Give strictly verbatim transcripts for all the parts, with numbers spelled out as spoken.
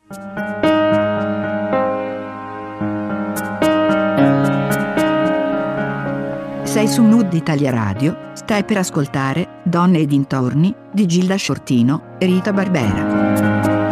Sei su Mood Italia Radio, stai per ascoltare Donne e dintorni di Gilda Shortino e Rita Barbera.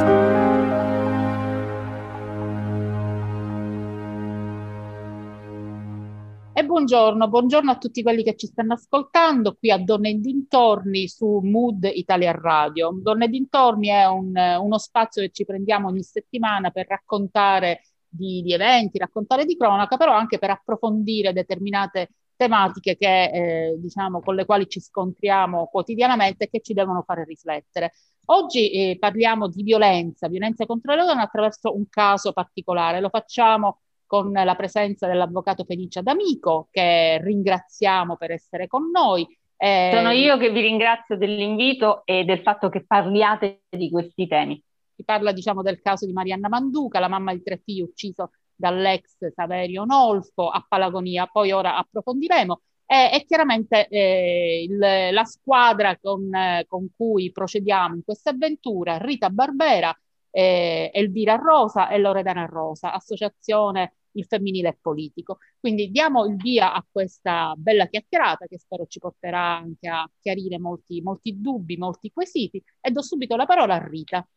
E buongiorno, buongiorno a tutti quelli che ci stanno ascoltando qui a Donne e dintorni su Mood Italia Radio. Donne e dintorni è un- uno spazio che ci prendiamo ogni settimana per raccontare di, di eventi, raccontare di cronaca, però anche per approfondire determinate tematiche che, eh, diciamo, con le quali ci scontriamo quotidianamente e che ci devono fare riflettere. Oggi eh, parliamo di violenza, violenza contro le donne attraverso un caso particolare. Lo facciamo con la presenza dell'avvocato Felice D'Amico, che ringraziamo per essere con noi. Eh, Sono io che vi ringrazio dell'invito e del fatto che parliate di questi temi. Si parla, diciamo, del caso di Marianna Manduca, la mamma di tre figli ucciso dall'ex Saverio Nolfo a Palagonia. Poi ora approfondiremo. E, e chiaramente eh, il, la squadra con, eh, con cui procediamo in questa avventura, Rita Barbera, eh, Elvira Rosa e Loredana Rosa, associazione Il Femminile e Politico. Quindi diamo il via a questa bella chiacchierata che spero ci porterà anche a chiarire molti, molti dubbi, molti quesiti, e do subito la parola a Rita.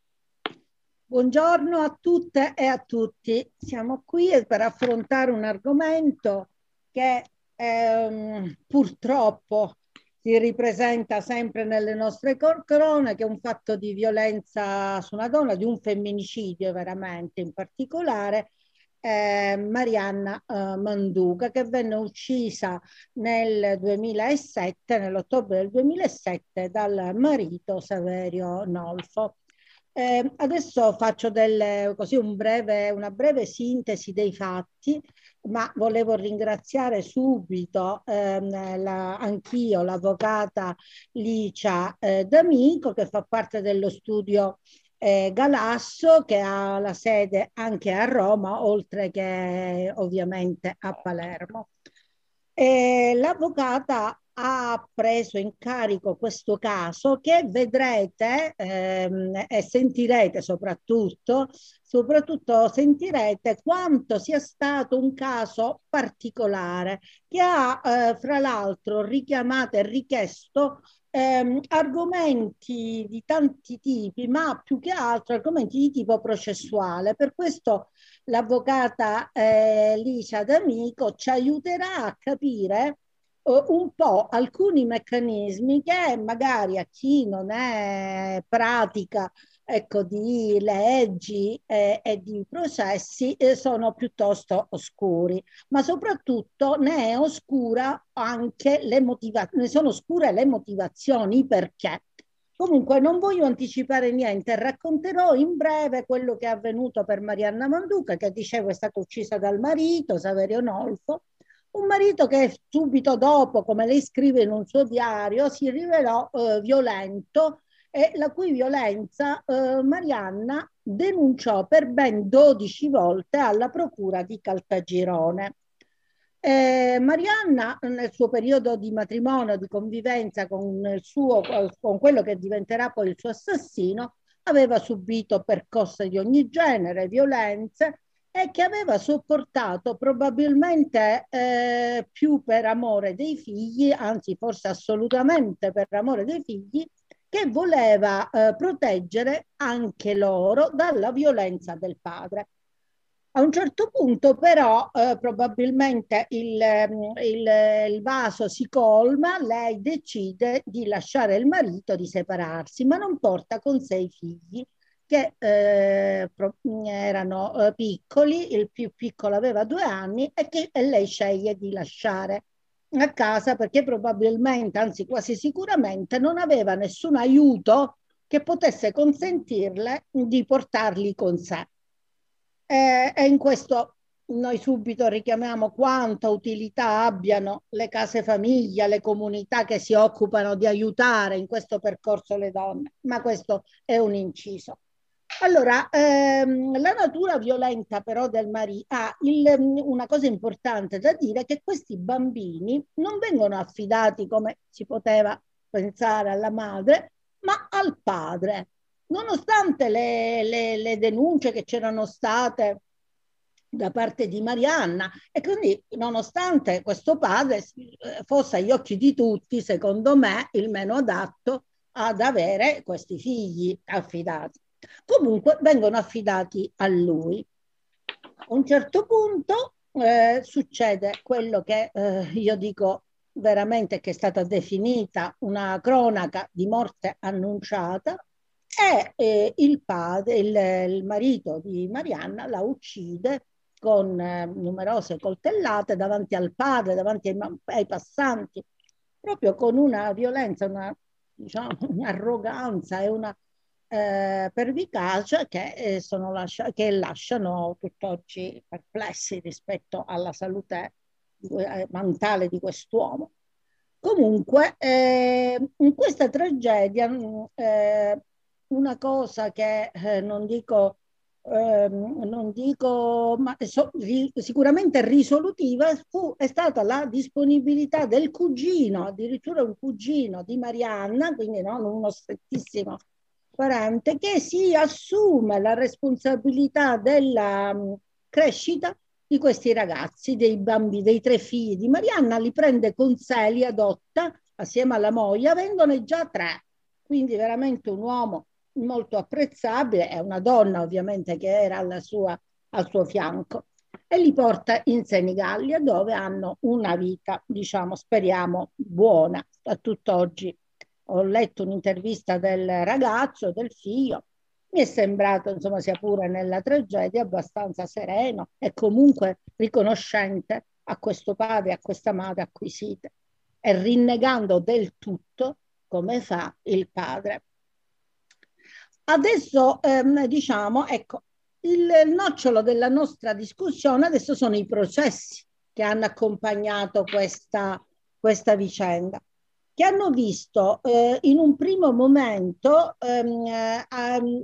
Buongiorno a tutte e a tutti. Siamo qui per affrontare un argomento che ehm, purtroppo si ripresenta sempre nelle nostre cronache, un fatto di violenza su una donna, di un femminicidio veramente in particolare, eh, Marianna eh, Manduca, che venne uccisa nel duemilasette, nell'ottobre del duemilasette, dal marito Saverio Nolfo. Eh, adesso faccio del, così un breve, una breve sintesi dei fatti, ma volevo ringraziare subito ehm, la, anch'io l'avvocata Licia eh, D'Amico, che fa parte dello studio eh, Galasso, che ha la sede anche a Roma, oltre che ovviamente a Palermo. Eh, l'avvocata ha preso in carico questo caso che vedrete ehm, e sentirete soprattutto, soprattutto sentirete quanto sia stato un caso particolare che ha eh, fra l'altro richiamato e richiesto ehm, argomenti di tanti tipi, ma più che altro argomenti di tipo processuale. Per questo l'avvocata eh, Licia D'Amico ci aiuterà a capire un po' alcuni meccanismi che magari a chi non è pratica, ecco, di leggi eh, e di processi eh, sono piuttosto oscuri, ma soprattutto ne è oscura anche le motivazioni, ne sono oscure le motivazioni perché. Comunque non voglio anticipare niente, racconterò in breve quello che è avvenuto per Marianna Manduca, che dicevo è stata uccisa dal marito Saverio Nolfo. Un marito che subito dopo, come lei scrive in un suo diario, si rivelò eh, violento e la cui violenza eh, Marianna denunciò per ben dodici volte alla procura di Caltagirone. Eh, Marianna, nel suo periodo di matrimonio, di convivenza con, il suo, con quello che diventerà poi il suo assassino, aveva subito percosse di ogni genere, violenze, e che aveva sopportato probabilmente eh, più per amore dei figli, anzi forse assolutamente per amore dei figli, che voleva eh, proteggere anche loro dalla violenza del padre. A un certo punto però eh, probabilmente il, il, il vaso si colma, lei decide di lasciare il marito, di separarsi, ma non porta con sé i figli che eh, erano eh, piccoli, il più piccolo aveva due anni e che e lei sceglie di lasciare a casa perché probabilmente, anzi quasi sicuramente, non aveva nessun aiuto che potesse consentirle di portarli con sé. Eh, e in questo noi subito richiamiamo quanta utilità abbiano le case famiglia, le comunità che si occupano di aiutare in questo percorso le donne, ma questo è un inciso. Allora, ehm, la natura violenta però del marito ha il, una cosa importante da dire, che questi bambini non vengono affidati come si poteva pensare alla madre, ma al padre. nonostante le, le, le denunce che c'erano state da parte di Marianna, e quindi nonostante questo padre fosse agli occhi di tutti, secondo me, il meno adatto ad avere questi figli affidati. Comunque vengono affidati a lui. A un certo punto eh, succede quello che eh, io dico veramente, che è stata definita una cronaca di morte annunciata, e eh, il padre, il, il marito di Marianna la uccide con eh, numerose coltellate davanti al padre, davanti ai, ai passanti, proprio con una violenza, una, diciamo, un'arroganza e una eh, pervicacia che, eh, sono lascia- che lasciano tutt'oggi perplessi rispetto alla salute eh, mentale di quest'uomo. Comunque, eh, in questa tragedia, eh, una cosa che eh, non dico, eh, non dico ma so, ri, sicuramente risolutiva, fu, è stata la disponibilità del cugino, addirittura un cugino di Marianna, quindi non uno strettissimo parente, che si assume la responsabilità della um, crescita di questi ragazzi, dei bambini, dei tre figli di Marianna, li prende con sé, li adotta assieme alla moglie, avendone già tre. Quindi veramente un uomo molto apprezzabile, è una donna ovviamente che era alla sua, al suo fianco, e li porta in Senigallia, dove hanno una vita, diciamo, speriamo, buona a tutt'oggi. Ho letto un'intervista del ragazzo, del figlio, mi è sembrato, insomma, sia pure nella tragedia, abbastanza sereno e comunque riconoscente a questo padre e a questa madre acquisite, e rinnegando del tutto, come fa il padre. Adesso, ehm, diciamo, ecco, il, il nocciolo della nostra discussione adesso sono i processi che hanno accompagnato questa, questa vicenda, che hanno visto eh, in un primo momento ehm, ehm,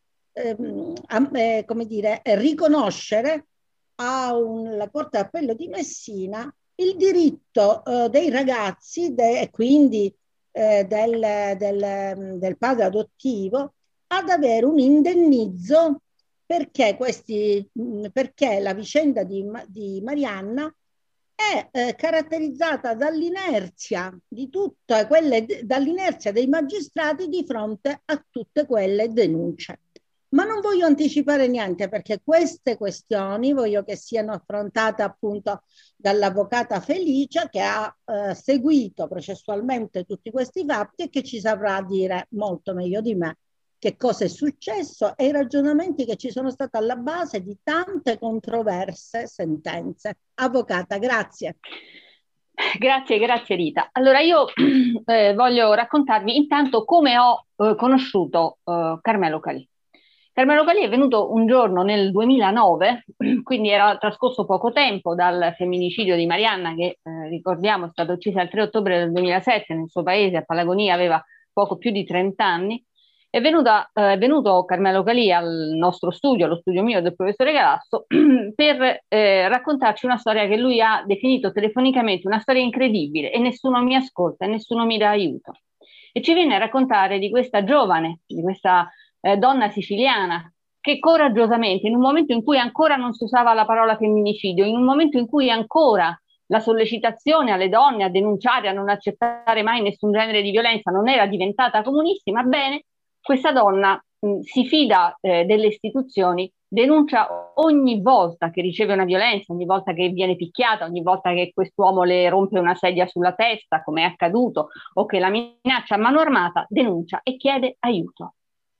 ehm, eh, come dire, riconoscere alla Corte d'Appello di Messina il diritto eh, dei ragazzi de, e quindi eh, del, del, del padre adottivo ad avere un indennizzo, perché, questi, perché la vicenda di, di Marianna è eh, caratterizzata dall'inerzia di tutte quelle, dall'inerzia dei magistrati di fronte a tutte quelle denunce. Ma non voglio anticipare niente, perché queste questioni voglio che siano affrontate appunto dall'avvocata Felicia, che ha eh, seguito processualmente tutti questi fatti e che ci saprà dire molto meglio di me che cosa è successo e i ragionamenti che ci sono stati alla base di tante controverse sentenze. Avvocata, grazie. Grazie, grazie Rita. Allora io eh, voglio raccontarvi intanto come ho eh, conosciuto eh, Carmelo Calì. Carmelo Calì è venuto un giorno nel duemilanove, quindi era trascorso poco tempo dal femminicidio di Marianna, che eh, ricordiamo è stata uccisa il tre ottobre del duemilasette nel suo paese, a Palagonia, aveva poco più di trenta anni. È, venuta, eh, è venuto Carmelo Calì al nostro studio, allo studio mio del professore Galasso, per eh, raccontarci una storia che lui ha definito telefonicamente una storia incredibile, e nessuno mi ascolta e nessuno mi dà aiuto. E ci viene a raccontare di questa giovane, di questa eh, donna siciliana, che coraggiosamente, in un momento in cui ancora non si usava la parola femminicidio, in un momento in cui ancora la sollecitazione alle donne a denunciare, a non accettare mai nessun genere di violenza non era diventata comunissima, bene, questa donna mh, si fida eh, delle istituzioni, denuncia ogni volta che riceve una violenza, ogni volta che viene picchiata, ogni volta che quest'uomo le rompe una sedia sulla testa, come è accaduto, o che la minaccia a mano armata, denuncia e chiede aiuto.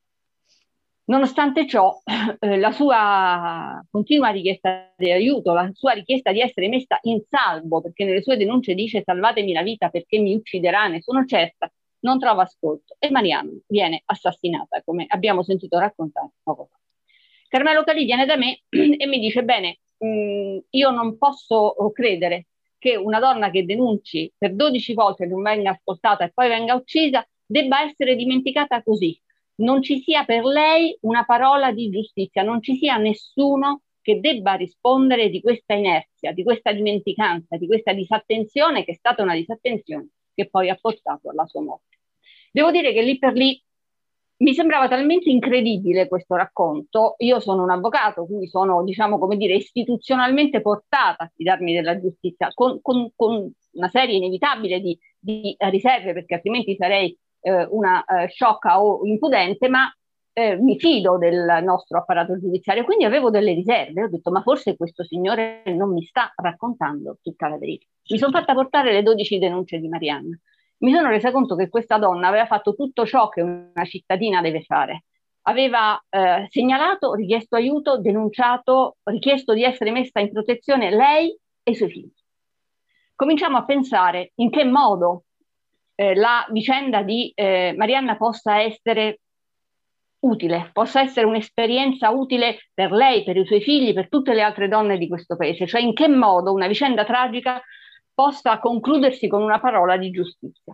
Nonostante ciò, eh, la sua continua richiesta di aiuto, la sua richiesta di essere messa in salvo, perché nelle sue denunce dice salvatemi la vita perché mi ucciderà, ne sono certa, non trova ascolto, e Marianna viene assassinata, come abbiamo sentito raccontare poco fa. Carmelo Calì viene da me e mi dice, bene, mh, io non posso credere che una donna che denunci per dodici volte, non venga ascoltata e poi venga uccisa, debba essere dimenticata così. Non ci sia per lei una parola di giustizia, non ci sia nessuno che debba rispondere di questa inerzia, di questa dimenticanza, di questa disattenzione, che è stata una disattenzione che poi ha portato alla sua morte. Devo dire che lì per lì mi sembrava talmente incredibile questo racconto. Io sono un avvocato, quindi sono, diciamo, come dire, istituzionalmente portata a fidarmi della giustizia, con, con, con una serie inevitabile di, di riserve, perché altrimenti sarei eh, una eh, sciocca o impudente, ma eh, mi fido del nostro apparato giudiziario, quindi avevo delle riserve. Ho detto, ma forse questo signore non mi sta raccontando tutta la verità. Mi sono fatta portare le dodici denunce di Marianna. Mi sono resa conto che questa donna aveva fatto tutto ciò che una cittadina deve fare. Aveva eh, segnalato, richiesto aiuto, denunciato, richiesto di essere messa in protezione lei e i suoi figli. Cominciamo a pensare in che modo eh, la vicenda di eh, Marianna possa essere utile, possa essere un'esperienza utile per lei, per i suoi figli, per tutte le altre donne di questo paese. Cioè in che modo una vicenda tragica possa concludersi con una parola di giustizia.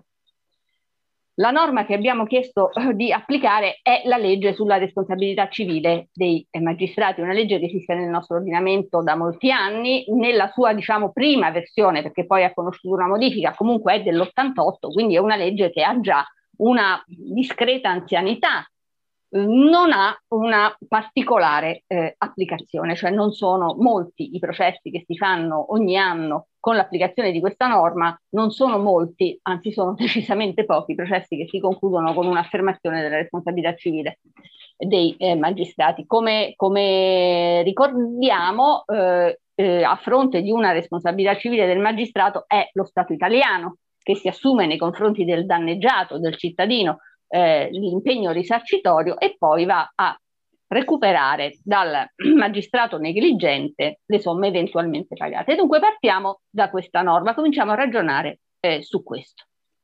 La norma che abbiamo chiesto di applicare è la legge sulla responsabilità civile dei magistrati, una legge che esiste nel nostro ordinamento da molti anni, nella sua, diciamo, prima versione, perché poi ha conosciuto una modifica, comunque è dell'ottantotto, quindi è una legge che ha già una discreta anzianità. Non ha una particolare eh, applicazione, cioè non sono molti i processi che si fanno ogni anno con l'applicazione di questa norma, non sono molti, anzi sono decisamente pochi i processi che si concludono con un'affermazione della responsabilità civile dei eh, magistrati. Come, come ricordiamo, eh, eh, a fronte di una responsabilità civile del magistrato è lo Stato italiano che si assume nei confronti del danneggiato, del cittadino, Eh, l'impegno risarcitorio e poi va a recuperare dal magistrato negligente le somme eventualmente pagate. E dunque partiamo da questa norma, cominciamo a ragionare eh, su questo.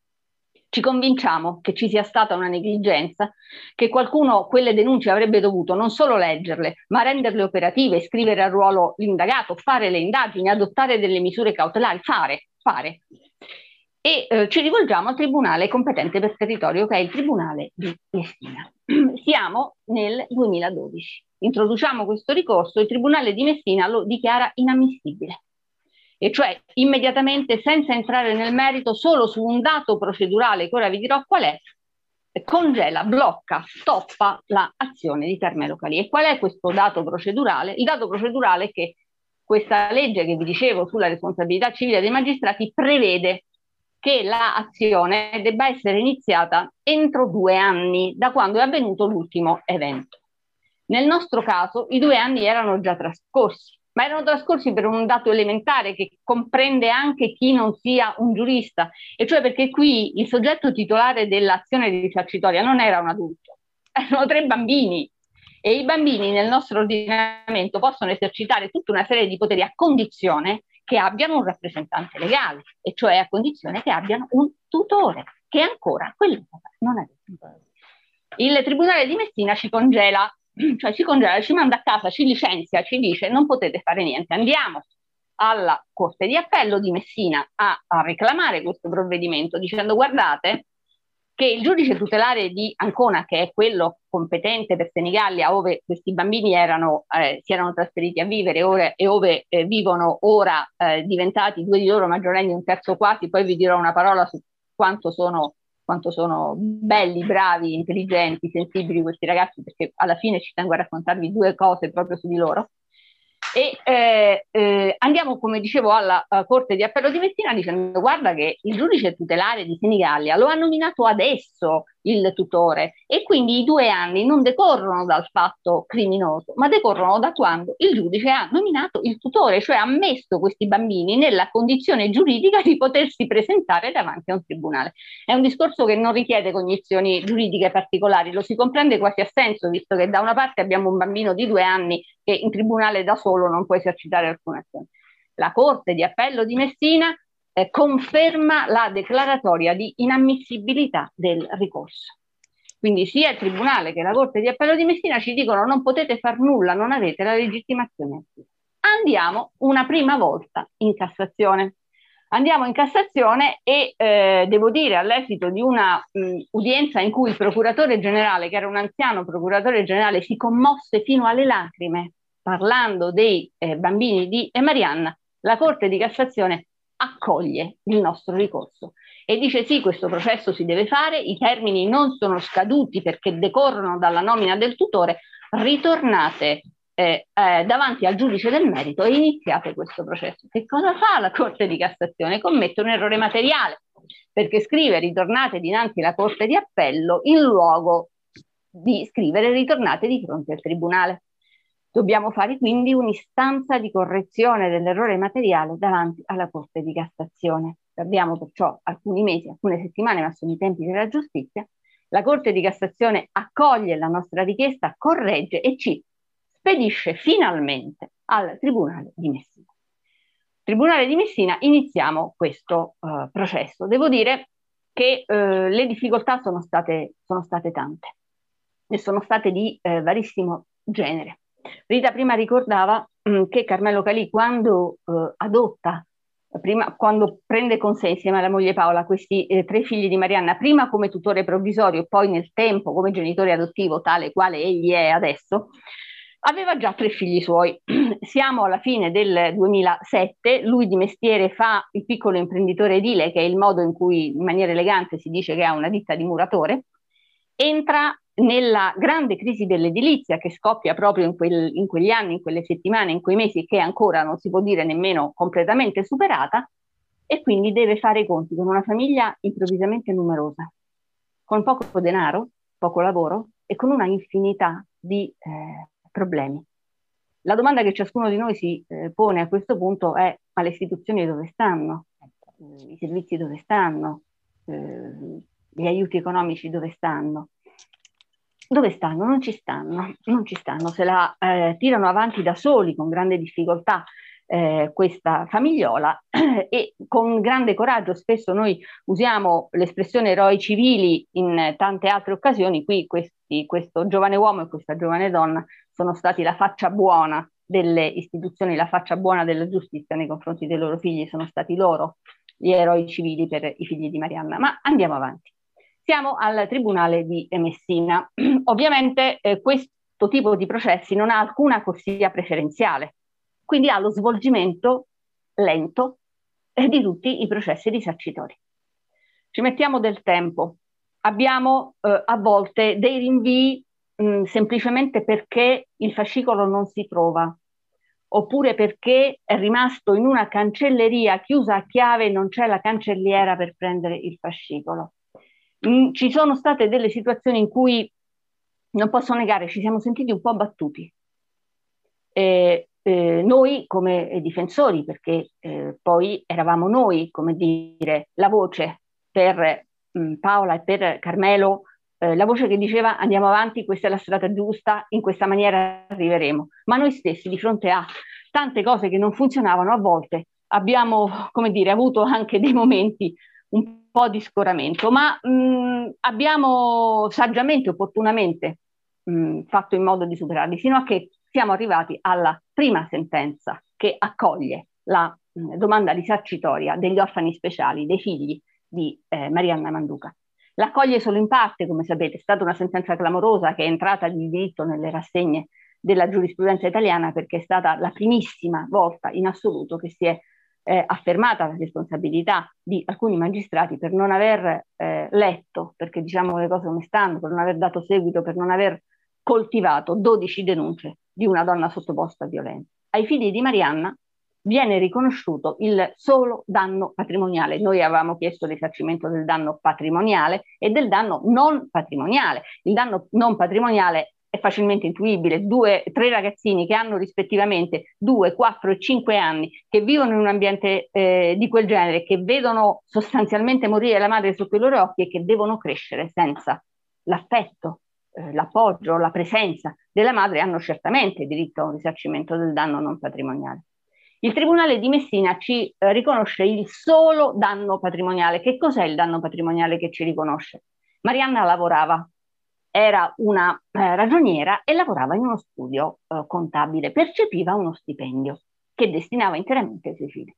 Ci convinciamo che ci sia stata una negligenza, che qualcuno quelle denunce avrebbe dovuto non solo leggerle, ma renderle operative, iscrivere a ruolo l'indagato, fare le indagini, adottare delle misure cautelari, fare, fare. E eh, ci rivolgiamo al tribunale competente per territorio, che è il Tribunale di Messina. Siamo nel duemiladodici. Introduciamo questo ricorso, il Tribunale di Messina lo dichiara inammissibile. E cioè immediatamente, senza entrare nel merito, solo su un dato procedurale, che ora vi dirò qual è, congela, blocca, stoppa l'azione di Terme Locali. E qual è questo dato procedurale? Il dato procedurale è che questa legge che vi dicevo sulla responsabilità civile dei magistrati prevede che l'azione debba essere iniziata entro due anni da quando è avvenuto l'ultimo evento. Nel nostro caso i due anni erano già trascorsi, ma erano trascorsi per un dato elementare che comprende anche chi non sia un giurista, e cioè perché qui il soggetto titolare dell'azione risarcitoria non era un adulto, erano tre bambini. E i bambini nel nostro ordinamento possono esercitare tutta una serie di poteri a condizione che abbiano un rappresentante legale, e cioè a condizione che abbiano un tutore, che ancora quell'epoca non aveva. Il Tribunale di Messina ci congela, cioè ci congela, ci manda a casa, ci licenzia, ci dice non potete fare niente, andiamo alla Corte di Appello di Messina a, a reclamare questo provvedimento dicendo guardate che il giudice tutelare di Ancona, che è quello competente per Senigallia, dove questi bambini erano, eh, si erano trasferiti a vivere ora, e dove eh, vivono ora eh, diventati due di loro maggiorenni, un terzo quasi, poi vi dirò una parola su quanto sono, quanto sono belli, bravi, intelligenti, sensibili questi ragazzi, perché alla fine ci tengo a raccontarvi due cose proprio su di loro. E eh, eh, andiamo, come dicevo, alla uh, Corte di Appello di Messina dicendo guarda che il giudice tutelare di Senigallia lo ha nominato adesso il tutore e quindi i due anni non decorrono dal fatto criminoso, ma decorrono da quando il giudice ha nominato il tutore, cioè ha messo questi bambini nella condizione giuridica di potersi presentare davanti a un tribunale. È un discorso che non richiede cognizioni giuridiche particolari, lo si comprende quasi a senso, visto che da una parte abbiamo un bambino di due anni che in tribunale da solo non può esercitare alcuna azione. La Corte di Appello di Messina eh, conferma la declaratoria di inammissibilità del ricorso. Quindi sia il Tribunale che la Corte di Appello di Messina ci dicono non potete far nulla, non avete la legittimazione. Andiamo una prima volta in Cassazione. Andiamo in Cassazione e eh, devo dire all'esito di una mh, udienza in cui il procuratore generale, che era un anziano procuratore generale, si commosse fino alle lacrime parlando dei eh, bambini di Marianna, la Corte di Cassazione accoglie il nostro ricorso e dice sì, questo processo si deve fare, i termini non sono scaduti perché decorrono dalla nomina del tutore, ritornate eh, eh, davanti al giudice del merito e iniziate questo processo. Che cosa fa la Corte di Cassazione? Commette un errore materiale, perché scrive ritornate dinanzi alla Corte di Appello in luogo di scrivere ritornate di fronte al Tribunale. Dobbiamo fare quindi un'istanza di correzione dell'errore materiale davanti alla Corte di Cassazione. Abbiamo perciò alcuni mesi, alcune settimane, ma sono i tempi della giustizia. La Corte di Cassazione accoglie la nostra richiesta, corregge e ci spedisce finalmente al Tribunale di Messina. Tribunale di Messina, iniziamo questo uh, processo. Devo dire che uh, le difficoltà sono state, sono state tante e sono state di uh, varissimo genere. Rita prima ricordava mh, che Carmelo Calì, quando uh, adotta, prima, quando prende con sé insieme alla moglie Paola questi eh, tre figli di Marianna, prima come tutore provvisorio e poi nel tempo come genitore adottivo, tale quale egli è adesso, aveva già tre figli suoi. Siamo alla fine del duemilasette, lui di mestiere fa il piccolo imprenditore edile, che è il modo in cui in maniera elegante si dice che ha una ditta di muratore, entra nella grande crisi dell'edilizia che scoppia proprio in, quel, in quegli anni, in quelle settimane, in quei mesi, che ancora non si può dire nemmeno completamente superata, e quindi deve fare i conti con una famiglia improvvisamente numerosa, con poco denaro, poco lavoro e con una infinità di eh, problemi. La domanda che ciascuno di noi si eh, pone a questo punto è: ma le istituzioni dove stanno? I servizi dove stanno? Eh, gli aiuti economici dove stanno? Dove stanno? Non ci stanno, non ci stanno, se la eh, tirano avanti da soli con grande difficoltà eh, questa famigliola e con grande coraggio. Spesso noi usiamo l'espressione eroi civili in tante altre occasioni, qui questi, questo giovane uomo e questa giovane donna sono stati la faccia buona delle istituzioni, la faccia buona della giustizia nei confronti dei loro figli, sono stati loro gli eroi civili per i figli di Marianna. Ma andiamo avanti. Siamo al Tribunale di Messina. Ovviamente eh, questo tipo di processi non ha alcuna corsia preferenziale, quindi ha lo svolgimento lento eh, di tutti i processi risarcitori. Ci mettiamo del tempo, abbiamo eh, a volte dei rinvii mh, semplicemente perché il fascicolo non si trova, oppure perché è rimasto in una cancelleria chiusa a chiave e non c'è la cancelliera per prendere il fascicolo. Mm, ci sono state delle situazioni in cui, non posso negare, ci siamo sentiti un po' battuti. Eh, eh, noi come difensori, perché eh, poi eravamo noi, come dire, la voce per mh, Paola e per Carmelo, eh, la voce che diceva andiamo avanti, questa è la strada giusta, in questa maniera arriveremo. Ma noi stessi, di fronte a tante cose che non funzionavano, a volte abbiamo, come dire, avuto anche dei momenti un po' di scoramento, ma mh, abbiamo saggiamente, opportunamente mh, fatto in modo di superarli, sino a che siamo arrivati alla prima sentenza che accoglie la mh, domanda risarcitoria degli orfani speciali, dei figli di eh, Marianna Manduca. L'accoglie solo in parte, come sapete, è stata una sentenza clamorosa che è entrata di diritto nelle rassegne della giurisprudenza italiana, perché è stata la primissima volta in assoluto che si è Eh, affermata la responsabilità di alcuni magistrati per non aver eh, letto, perché diciamo le cose come stanno, per non aver dato seguito, per non aver coltivato dodici denunce di una donna sottoposta a violenza. Ai figli di Marianna viene riconosciuto il solo danno patrimoniale. Noi avevamo chiesto il risarcimento del danno patrimoniale e del danno non patrimoniale. Il danno non patrimoniale è facilmente intuibile: due, tre ragazzini che hanno rispettivamente due, quattro e cinque anni, che vivono in un ambiente eh, di quel genere, che vedono sostanzialmente morire la madre sotto i loro occhi e che devono crescere senza l'affetto, eh, l'appoggio, la presenza della madre, hanno certamente diritto a un risarcimento del danno non patrimoniale. Il Tribunale di Messina ci eh, riconosce il solo danno patrimoniale. Che cos'è il danno patrimoniale che ci riconosce? Marianna lavorava, era una eh, ragioniera e lavorava in uno studio eh, contabile, percepiva uno stipendio che destinava interamente ai suoi figli.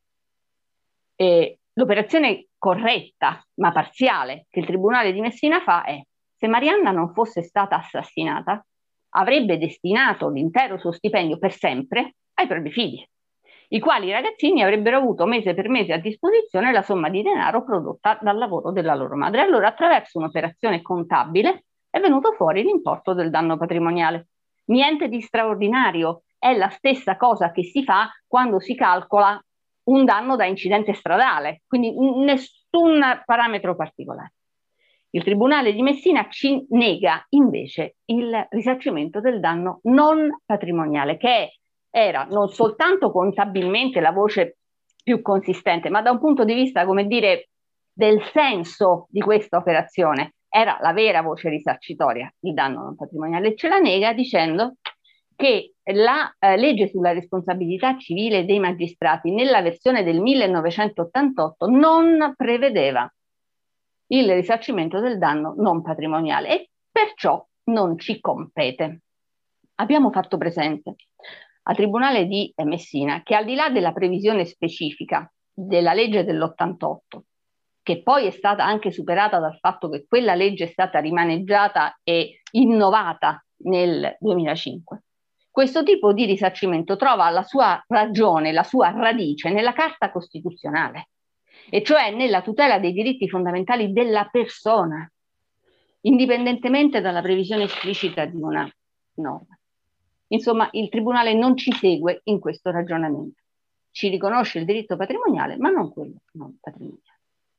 E l'operazione corretta ma parziale che il Tribunale di Messina fa è: se Marianna non fosse stata assassinata, avrebbe destinato l'intero suo stipendio per sempre ai propri figli. i quali ragazzini avrebbero avuto mese per mese a disposizione la somma di denaro prodotta dal lavoro della loro madre. Allora, attraverso un'operazione contabile è venuto fuori l'importo del danno patrimoniale. Niente di straordinario, è la stessa cosa che si fa quando si calcola un danno da incidente stradale, quindi nessun parametro particolare. Il Tribunale di Messina ci nega invece il risarcimento del danno non patrimoniale, che era non soltanto contabilmente la voce più consistente, ma da un punto di vista, come dire, del senso di questa operazione, era la vera voce risarcitoria, il danno non patrimoniale, e ce la nega dicendo che la eh, legge sulla responsabilità civile dei magistrati nella versione del millenovecentottantotto non prevedeva il risarcimento del danno non patrimoniale e perciò non ci compete. Abbiamo fatto presente al Tribunale di Messina che al di là della previsione specifica della legge dell'ottantotto, che poi è stata anche superata dal fatto che quella legge è stata rimaneggiata e innovata nel duemilacinque, questo tipo di risarcimento trova la sua ragione, la sua radice nella Carta Costituzionale, e cioè nella tutela dei diritti fondamentali della persona, indipendentemente dalla previsione esplicita di una norma. Insomma, il Tribunale non ci segue in questo ragionamento. Ci riconosce il diritto patrimoniale, ma non quello non patrimoniale.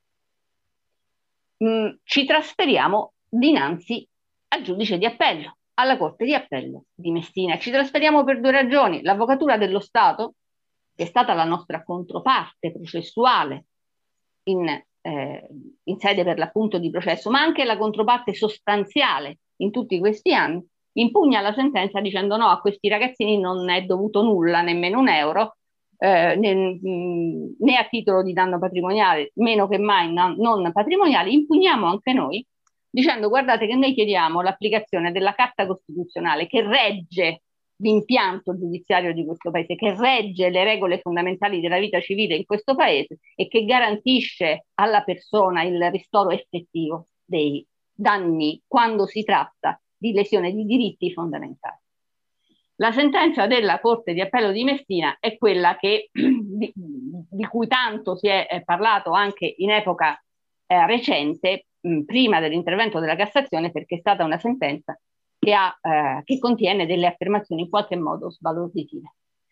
Mm, ci trasferiamo dinanzi al giudice di appello, alla Corte di Appello di Messina. Ci trasferiamo per due ragioni. L'Avvocatura dello Stato, che è stata la nostra controparte processuale in, eh, in sede per l'appunto di processo, ma anche la controparte sostanziale in tutti questi anni, impugna la sentenza dicendo no, a questi ragazzini non è dovuto nulla, nemmeno un euro, eh, né, mh, né a titolo di danno patrimoniale, meno che mai no, non patrimoniale. Impugniamo anche noi, dicendo guardate che noi chiediamo l'applicazione della Carta Costituzionale che regge l'impianto giudiziario di questo paese, che regge le regole fondamentali della vita civile in questo paese e che garantisce alla persona il ristoro effettivo dei danni quando si tratta di lesione di diritti fondamentali. La sentenza della Corte di Appello di Messina è quella che, di, di cui tanto si è parlato anche in epoca eh, recente, mh, prima dell'intervento della Cassazione, perché è stata una sentenza che, ha, eh, che contiene delle affermazioni in qualche modo sbalorditive.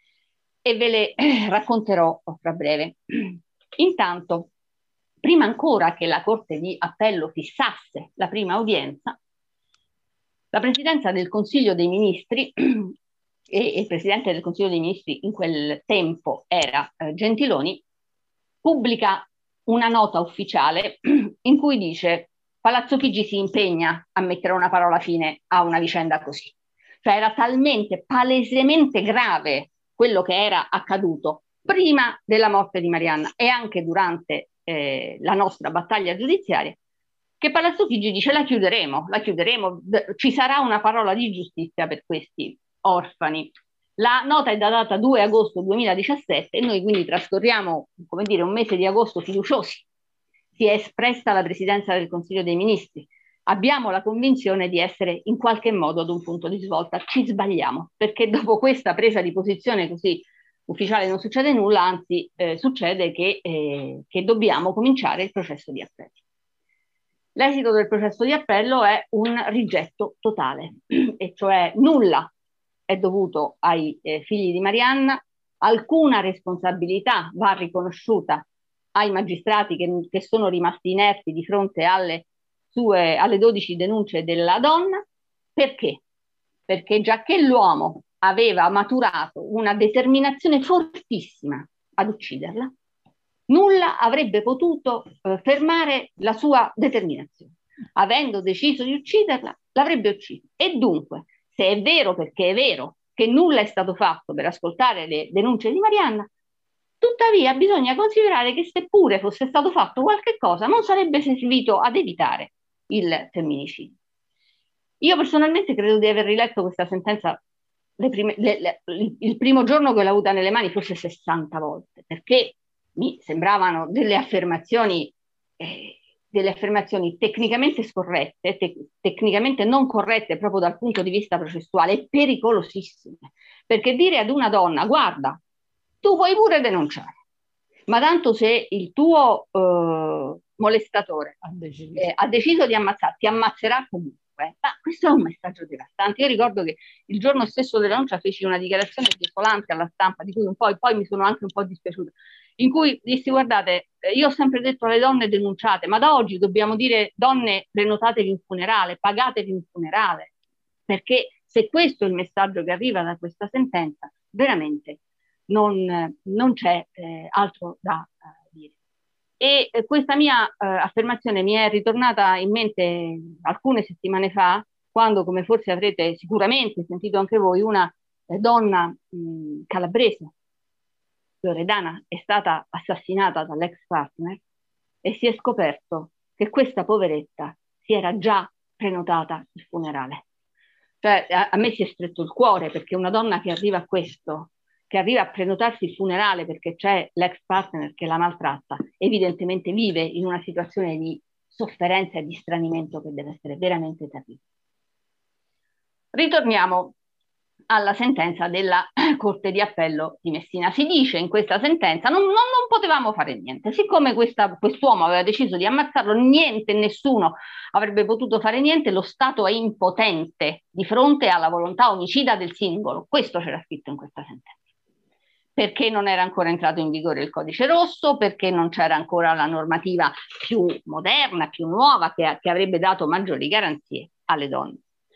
E ve le eh, racconterò fra breve. Intanto, prima ancora che la Corte di Appello fissasse la prima udienza, la Presidenza del Consiglio dei Ministri e il Presidente del Consiglio dei Ministri in quel tempo era eh, Gentiloni, pubblica una nota ufficiale in cui dice Palazzo Chigi si impegna a mettere una parola fine a una vicenda così. Cioè era talmente palesemente grave quello che era accaduto prima della morte di Marianna e anche durante eh, la nostra battaglia giudiziaria, che Palazzo Chigi dice la chiuderemo, la chiuderemo, ci sarà una parola di giustizia per questi orfani. La nota è datata due agosto duemiladiciassette e noi quindi trascorriamo, come dire, un mese di agosto fiduciosi. Si è espressa la Presidenza del Consiglio dei Ministri. Abbiamo la convinzione di essere in qualche modo ad un punto di svolta. Ci sbagliamo, perché dopo questa presa di posizione così ufficiale non succede nulla, anzi eh, succede che, eh, che dobbiamo cominciare il processo di appello. L'esito del processo di appello è un rigetto totale, e cioè nulla è dovuto ai eh, figli di Marianna, alcuna responsabilità va riconosciuta ai magistrati che, che sono rimasti inerti di fronte alle, sue, alle dodici denunce della donna. Perché? Perché giacché l'uomo aveva maturato una determinazione fortissima ad ucciderla, nulla avrebbe potuto eh, fermare la sua determinazione. Avendo deciso di ucciderla, l'avrebbe uccisa. E dunque, se è vero, perché è vero, che nulla è stato fatto per ascoltare le denunce di Marianna, tuttavia bisogna considerare che seppure fosse stato fatto qualche cosa, non sarebbe servito ad evitare il femminicidio. Io personalmente credo di aver riletto questa sentenza le prime, le, le, il primo giorno che l'ho avuta nelle mani forse sessanta volte, perché mi sembravano delle affermazioni, eh, delle affermazioni tecnicamente scorrette, te- tecnicamente non corrette proprio dal punto di vista processuale, e pericolosissime. Perché dire ad una donna, guarda, tu puoi pure denunciare, ma tanto se il tuo eh, molestatore Ha deciso. eh, ha deciso di ammazzarti, ti ammazzerà comunque. Ma questo è un messaggio devastante. Io ricordo che il giorno stesso della denuncia feci una dichiarazione desolante alla stampa, di cui un po', poi mi sono anche un po' dispiaciuta, in cui dissi: guardate, eh, io ho sempre detto alle donne denunciate, ma da oggi dobbiamo dire: donne, prenotatevi un funerale, pagatevi un funerale, perché se questo è il messaggio che arriva da questa sentenza, veramente non, non c'è eh, altro da eh, dire. E eh, questa mia eh, affermazione mi è ritornata in mente alcune settimane fa, quando, come forse avrete sicuramente sentito anche voi, una eh, donna mh, calabrese, Loredana, è stata assassinata dall'ex partner e si è scoperto che questa poveretta si era già prenotata il funerale. Cioè, a, a me si è stretto il cuore, perché una donna che arriva a questo, che arriva a prenotarsi il funerale perché c'è l'ex partner che la maltratta, evidentemente vive in una situazione di sofferenza e di stranimento che deve essere veramente terribile. Ritorniamo alla sentenza della Corte di Appello di Messina. Si dice in questa sentenza non, non, non potevamo fare niente. Siccome questa, quest'uomo aveva deciso di ammazzarlo, niente, nessuno avrebbe potuto fare niente, lo Stato è impotente di fronte alla volontà omicida del singolo. Questo c'era scritto in questa sentenza. Perché non era ancora entrato in vigore il codice rosso, perché non c'era ancora la normativa più moderna, più nuova, che, che avrebbe dato maggiori garanzie alle donne.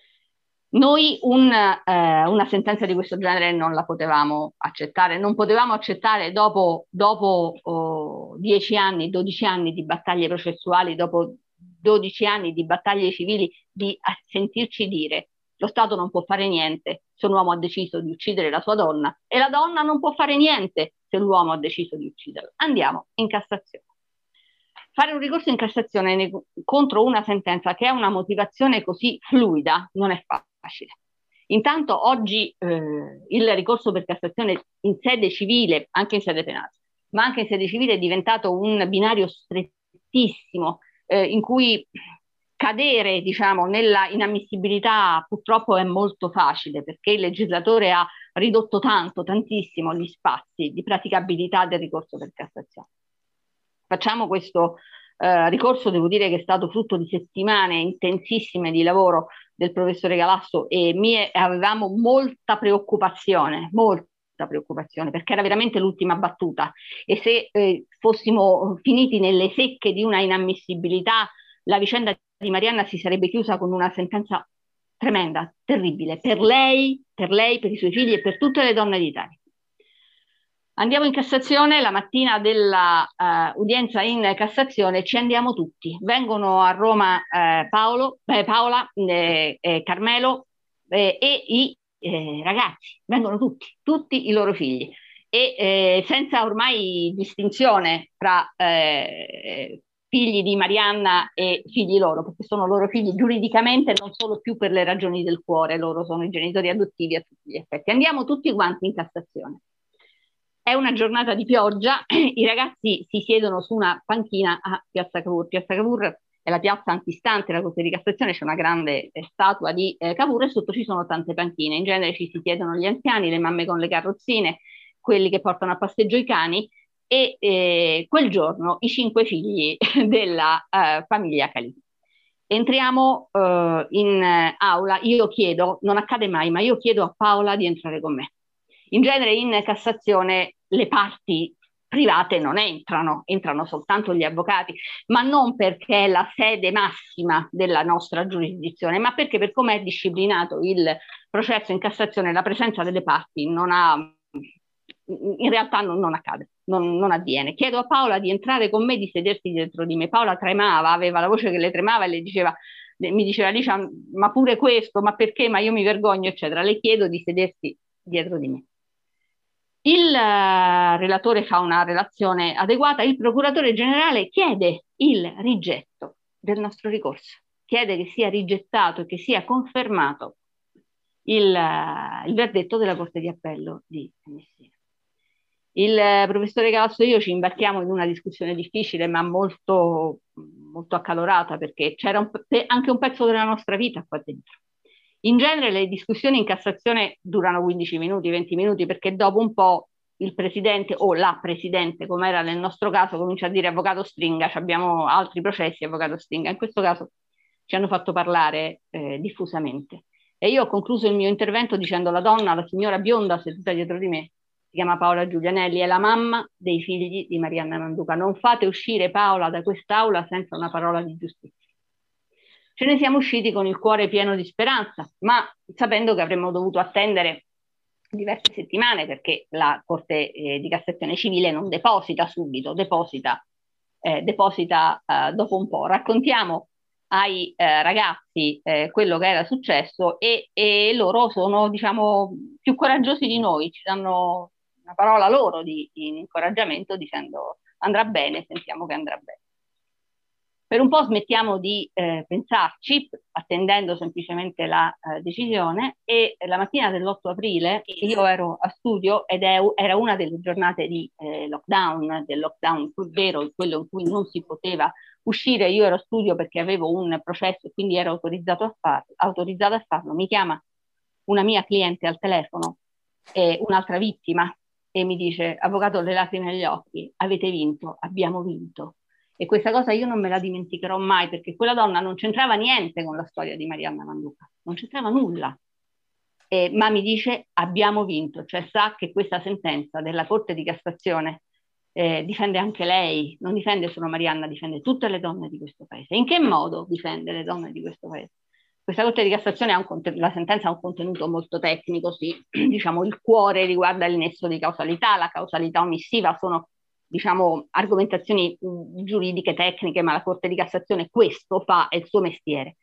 Noi un, eh, una sentenza di questo genere non la potevamo accettare, non potevamo accettare dopo, dopo oh, dieci anni, dodici anni di battaglie processuali, dopo dodici anni di battaglie civili, di sentirci dire: lo Stato non può fare niente se un uomo ha deciso di uccidere la sua donna, e la donna non può fare niente se l'uomo ha deciso di ucciderla. Andiamo in Cassazione. Fare un ricorso in Cassazione contro una sentenza che ha una motivazione così fluida non è facile. Intanto oggi eh, il ricorso per Cassazione in sede civile, anche in sede penale, ma anche in sede civile, è diventato un binario strettissimo eh, in cui cadere, diciamo, nella inammissibilità purtroppo è molto facile, perché il legislatore ha ridotto tanto, tantissimo gli spazi di praticabilità del ricorso per Cassazione. Facciamo questo eh, ricorso, devo dire che è stato frutto di settimane intensissime di lavoro del professore Galasso, e mie, avevamo molta preoccupazione, molta preoccupazione, perché era veramente l'ultima battuta, e se eh, fossimo finiti nelle secche di una inammissibilità, la vicenda di Marianna si sarebbe chiusa con una sentenza tremenda, terribile, per lei, per lei, per i suoi figli e per tutte le donne d'Italia. Andiamo in Cassazione, la mattina dell'udienza uh, in Cassazione ci andiamo tutti. Vengono a Roma eh, Paolo, eh, Paola, eh, eh, Carmelo eh, e i eh, ragazzi, vengono tutti, tutti i loro figli. E eh, senza ormai distinzione tra eh, figli di Marianna e figli loro, perché sono loro figli giuridicamente, non solo più per le ragioni del cuore, loro sono i genitori adottivi a tutti gli effetti. Andiamo tutti quanti in Cassazione. È una giornata di pioggia, i ragazzi si siedono su una panchina a Piazza Cavour. Piazza Cavour è la piazza antistante la Corte di Cassazione, c'è una grande eh, statua di eh, Cavour e sotto ci sono tante panchine. In genere ci si siedono gli anziani, le mamme con le carrozzine, quelli che portano a passeggio i cani, e eh, quel giorno i cinque figli della eh, famiglia Calì. Entriamo eh, in eh, aula, io chiedo, non accade mai, ma io chiedo a Paola di entrare con me. In genere in Cassazione le parti private non entrano, entrano soltanto gli avvocati, ma non perché è la sede massima della nostra giurisdizione, ma perché, per come è disciplinato il processo in Cassazione, la presenza delle parti non ha, in realtà non, non accade, non, non avviene. Chiedo a Paola di entrare con me, di sedersi dietro di me. Paola tremava, aveva la voce che le tremava e le diceva, mi diceva: Alicia, ma pure questo, ma perché, ma io mi vergogno, eccetera. Le chiedo di sedersi dietro di me. Il uh, relatore fa una relazione adeguata, il procuratore generale chiede il rigetto del nostro ricorso, chiede che sia rigettato e che sia confermato il, uh, il verdetto della Corte di Appello di Messina. Il uh, professore Galasso e io ci imbarchiamo in una discussione difficile, ma molto, molto accalorata, perché c'era un, anche un pezzo della nostra vita qua dentro. In genere le discussioni in Cassazione durano quindici minuti, venti minuti, perché dopo un po' il presidente o la presidente, come era nel nostro caso, comincia a dire avvocato Stringa, abbiamo altri processi, avvocato Stringa. In questo caso ci hanno fatto parlare eh, diffusamente. E io ho concluso il mio intervento dicendo la donna, la signora bionda seduta dietro di me, si chiama Paola Giulianelli, è la mamma dei figli di Marianna Manduca. Non fate uscire Paola da quest'aula senza una parola di giustizia. Ce ne siamo usciti con il cuore pieno di speranza, ma sapendo che avremmo dovuto attendere diverse settimane perché la Corte eh, di Cassazione Civile non deposita subito, deposita, eh, deposita eh, dopo un po'. Raccontiamo ai eh, ragazzi eh, quello che era successo e, e loro sono, diciamo, più coraggiosi di noi, ci danno una parola loro di, di incoraggiamento dicendo andrà bene, sentiamo che andrà bene. Per un po' smettiamo di eh, pensarci, attendendo semplicemente la eh, decisione, e la mattina dell'otto aprile io ero a studio ed è, era una delle giornate di eh, lockdown, del lockdown vero, quello in cui non si poteva uscire. Io ero a studio perché avevo un processo e quindi ero autorizzato a farlo, autorizzato a farlo. Mi chiama una mia cliente al telefono, eh, un'altra vittima, e mi dice: avvocato, le lacrime negli occhi, avete vinto, abbiamo vinto. E questa cosa io non me la dimenticherò mai, perché quella donna non c'entrava niente con la storia di Marianna Manduca, non c'entrava nulla. Eh, ma mi dice abbiamo vinto, cioè sa che questa sentenza della Corte di Cassazione eh, difende anche lei, non difende solo Marianna, difende tutte le donne di questo paese. In che modo difende le donne di questo paese? Questa Corte di Cassazione ha un la sentenza ha un contenuto molto tecnico, sì, diciamo il cuore riguarda il nesso di causalità, la causalità omissiva, sono diciamo argomentazioni mh, giuridiche, tecniche, ma la Corte di Cassazione questo fa, è il suo mestiere.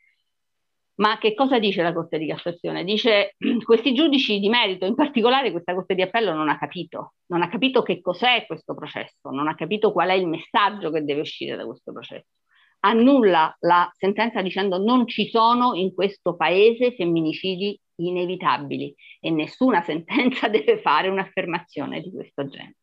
Ma che cosa dice la Corte di Cassazione? Dice questi giudici di merito, in particolare questa Corte di Appello non ha capito, non ha capito che cos'è questo processo, non ha capito qual è il messaggio che deve uscire da questo processo. Annulla la sentenza dicendo non ci sono in questo paese femminicidi inevitabili e nessuna sentenza deve fare un'affermazione di questo genere.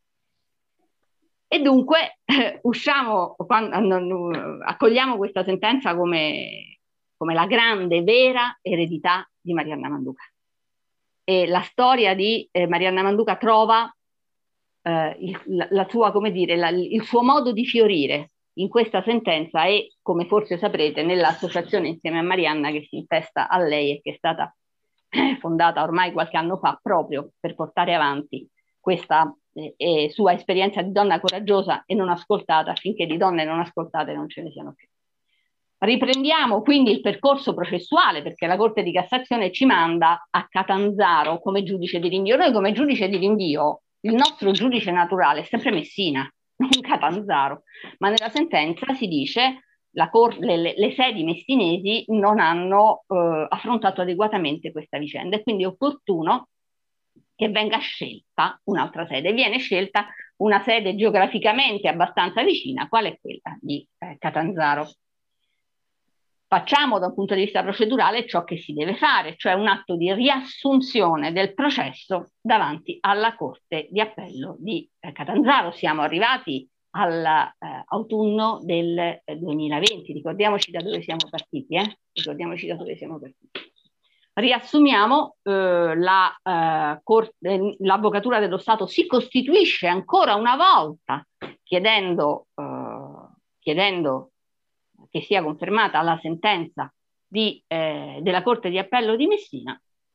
E dunque eh, usciamo, quando, non, accogliamo questa sentenza come, come la grande, vera eredità di Marianna Manduca. E la storia di eh, Marianna Manduca trova eh, il, la, la sua, come dire, la, il suo modo di fiorire in questa sentenza e, come forse saprete, nell'associazione insieme a Marianna che si intesta a lei e che è stata eh, fondata ormai qualche anno fa proprio per portare avanti questa eh, eh, sua esperienza di donna coraggiosa e non ascoltata, affinché di donne non ascoltate non ce ne siano più. Riprendiamo quindi il percorso processuale, perché la Corte di Cassazione ci manda a Catanzaro come giudice di rinvio. Noi come giudice di rinvio, il nostro giudice naturale è sempre Messina, non Catanzaro, ma nella sentenza si dice la cor- le, le, le sedi messinesi non hanno eh, affrontato adeguatamente questa vicenda e quindi è opportuno che venga scelta un'altra sede. Viene scelta una sede geograficamente abbastanza vicina, qual è quella di eh, Catanzaro. Facciamo da un punto di vista procedurale ciò che si deve fare, cioè un atto di riassunzione del processo davanti alla Corte di Appello di eh, Catanzaro. Siamo arrivati all'autunno eh, del eh, duemilaventi, ricordiamoci da dove siamo partiti, eh? ricordiamoci da dove siamo partiti. Riassumiamo, eh, la, eh, l'Avvocatura dello Stato si costituisce ancora una volta chiedendo, eh, chiedendo che sia confermata la sentenza di, eh, della Corte di Appello di Messina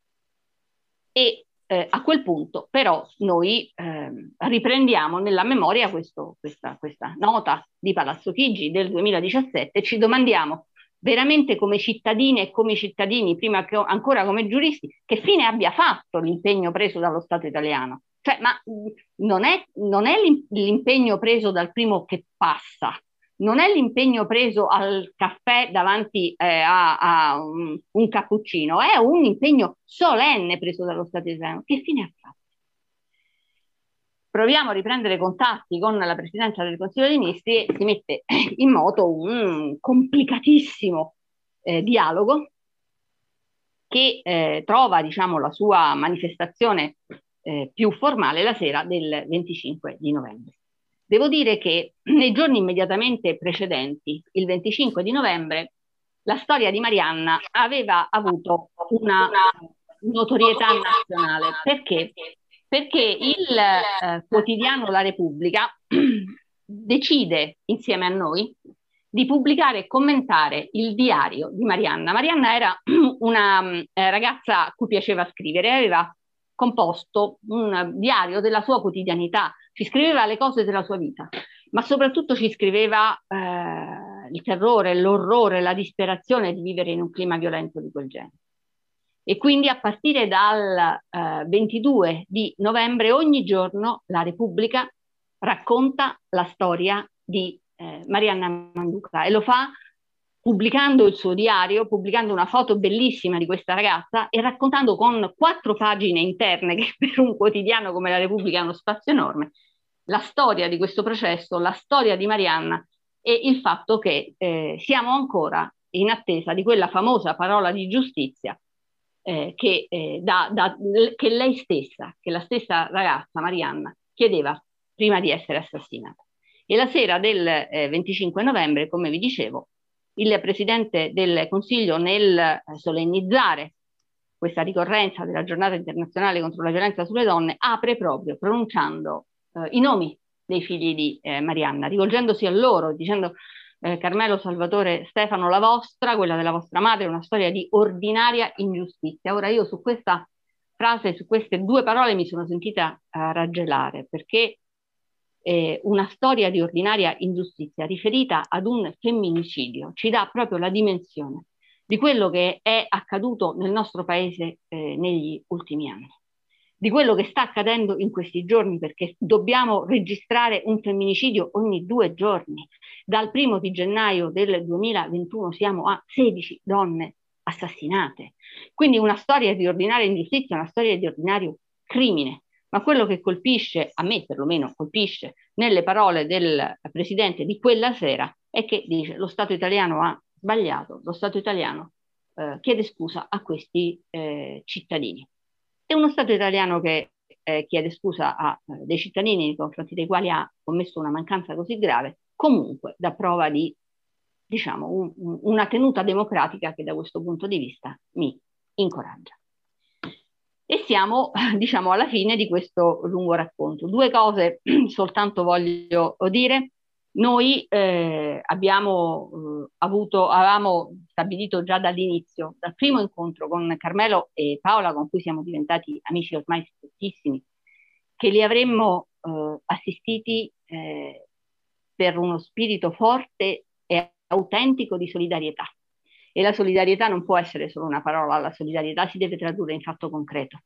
e eh, a quel punto però noi eh, riprendiamo nella memoria questo, questa, questa nota di Palazzo Chigi del duemiladiciassette e ci domandiamo veramente come cittadine e come cittadini, prima che ancora come giuristi, che fine abbia fatto l'impegno preso dallo Stato italiano. Cioè, ma non è, non è l'impegno preso dal primo che passa, non è l'impegno preso al caffè davanti eh, a, a un, un cappuccino, è un impegno solenne preso dallo Stato italiano. Che fine ha fatto? Proviamo a riprendere contatti con la Presidenza del Consiglio dei Ministri e si mette in moto un complicatissimo eh, dialogo che eh, trova, diciamo, la sua manifestazione eh, più formale la sera del venticinque di novembre. Devo dire che nei giorni immediatamente precedenti, il venticinque di novembre, la storia di Marianna aveva avuto una notorietà nazionale. Perché? perché il eh, quotidiano La Repubblica decide insieme a noi di pubblicare e commentare il diario di Marianna. Marianna era una eh, ragazza a cui piaceva scrivere, aveva composto un diario della sua quotidianità, ci scriveva le cose della sua vita, ma soprattutto ci scriveva eh, il terrore, l'orrore, la disperazione di vivere in un clima violento di quel genere. E quindi a partire dal eh, ventidue di novembre ogni giorno La Repubblica racconta la storia di eh, Marianna Manduca e lo fa pubblicando il suo diario, pubblicando una foto bellissima di questa ragazza e raccontando con quattro pagine interne, che per un quotidiano come La Repubblica è uno spazio enorme, la storia di questo processo, la storia di Marianna e il fatto che eh, siamo ancora in attesa di quella famosa parola di giustizia eh, che, eh, da, da, che lei stessa, che la stessa ragazza Marianna chiedeva prima di essere assassinata. E la sera del eh, venticinque novembre, come vi dicevo, il Presidente del Consiglio nel eh, solennizzare questa ricorrenza della giornata internazionale contro la violenza sulle donne apre proprio pronunciando eh, i nomi dei figli di eh, Marianna, rivolgendosi a loro, dicendo eh, Carmelo, Salvatore, Stefano, la vostra, quella della vostra madre, è una storia di ordinaria ingiustizia. Ora io su questa frase, su queste due parole mi sono sentita eh, raggelare, perché eh, una storia di ordinaria ingiustizia riferita ad un femminicidio ci dà proprio la dimensione di quello che è accaduto nel nostro paese eh, negli ultimi anni, di quello che sta accadendo in questi giorni, perché dobbiamo registrare un femminicidio ogni due giorni. Dal primo di gennaio del duemilaventuno siamo a sedici donne assassinate. Quindi una storia di ordinaria ingiustizia, una storia di ordinario crimine. Ma quello che colpisce, a me perlomeno colpisce, nelle parole del Presidente di quella sera è che dice lo Stato italiano ha sbagliato, lo Stato italiano eh, chiede scusa a questi eh, cittadini. È uno Stato italiano che eh, chiede scusa a eh, dei cittadini nei confronti dei quali ha commesso una mancanza così grave, comunque dà prova di, diciamo, un, un, una tenuta democratica che da questo punto di vista mi incoraggia. E siamo, diciamo, alla fine di questo lungo racconto. Due cose soltanto voglio dire. Noi eh, abbiamo eh, avuto, avevamo stabilito già dall'inizio, dal primo incontro con Carmelo e Paola, con cui siamo diventati amici ormai strettissimi, che li avremmo eh, assistiti eh, per uno spirito forte e autentico di solidarietà. E la solidarietà non può essere solo una parola, la solidarietà si deve tradurre in fatto concreto.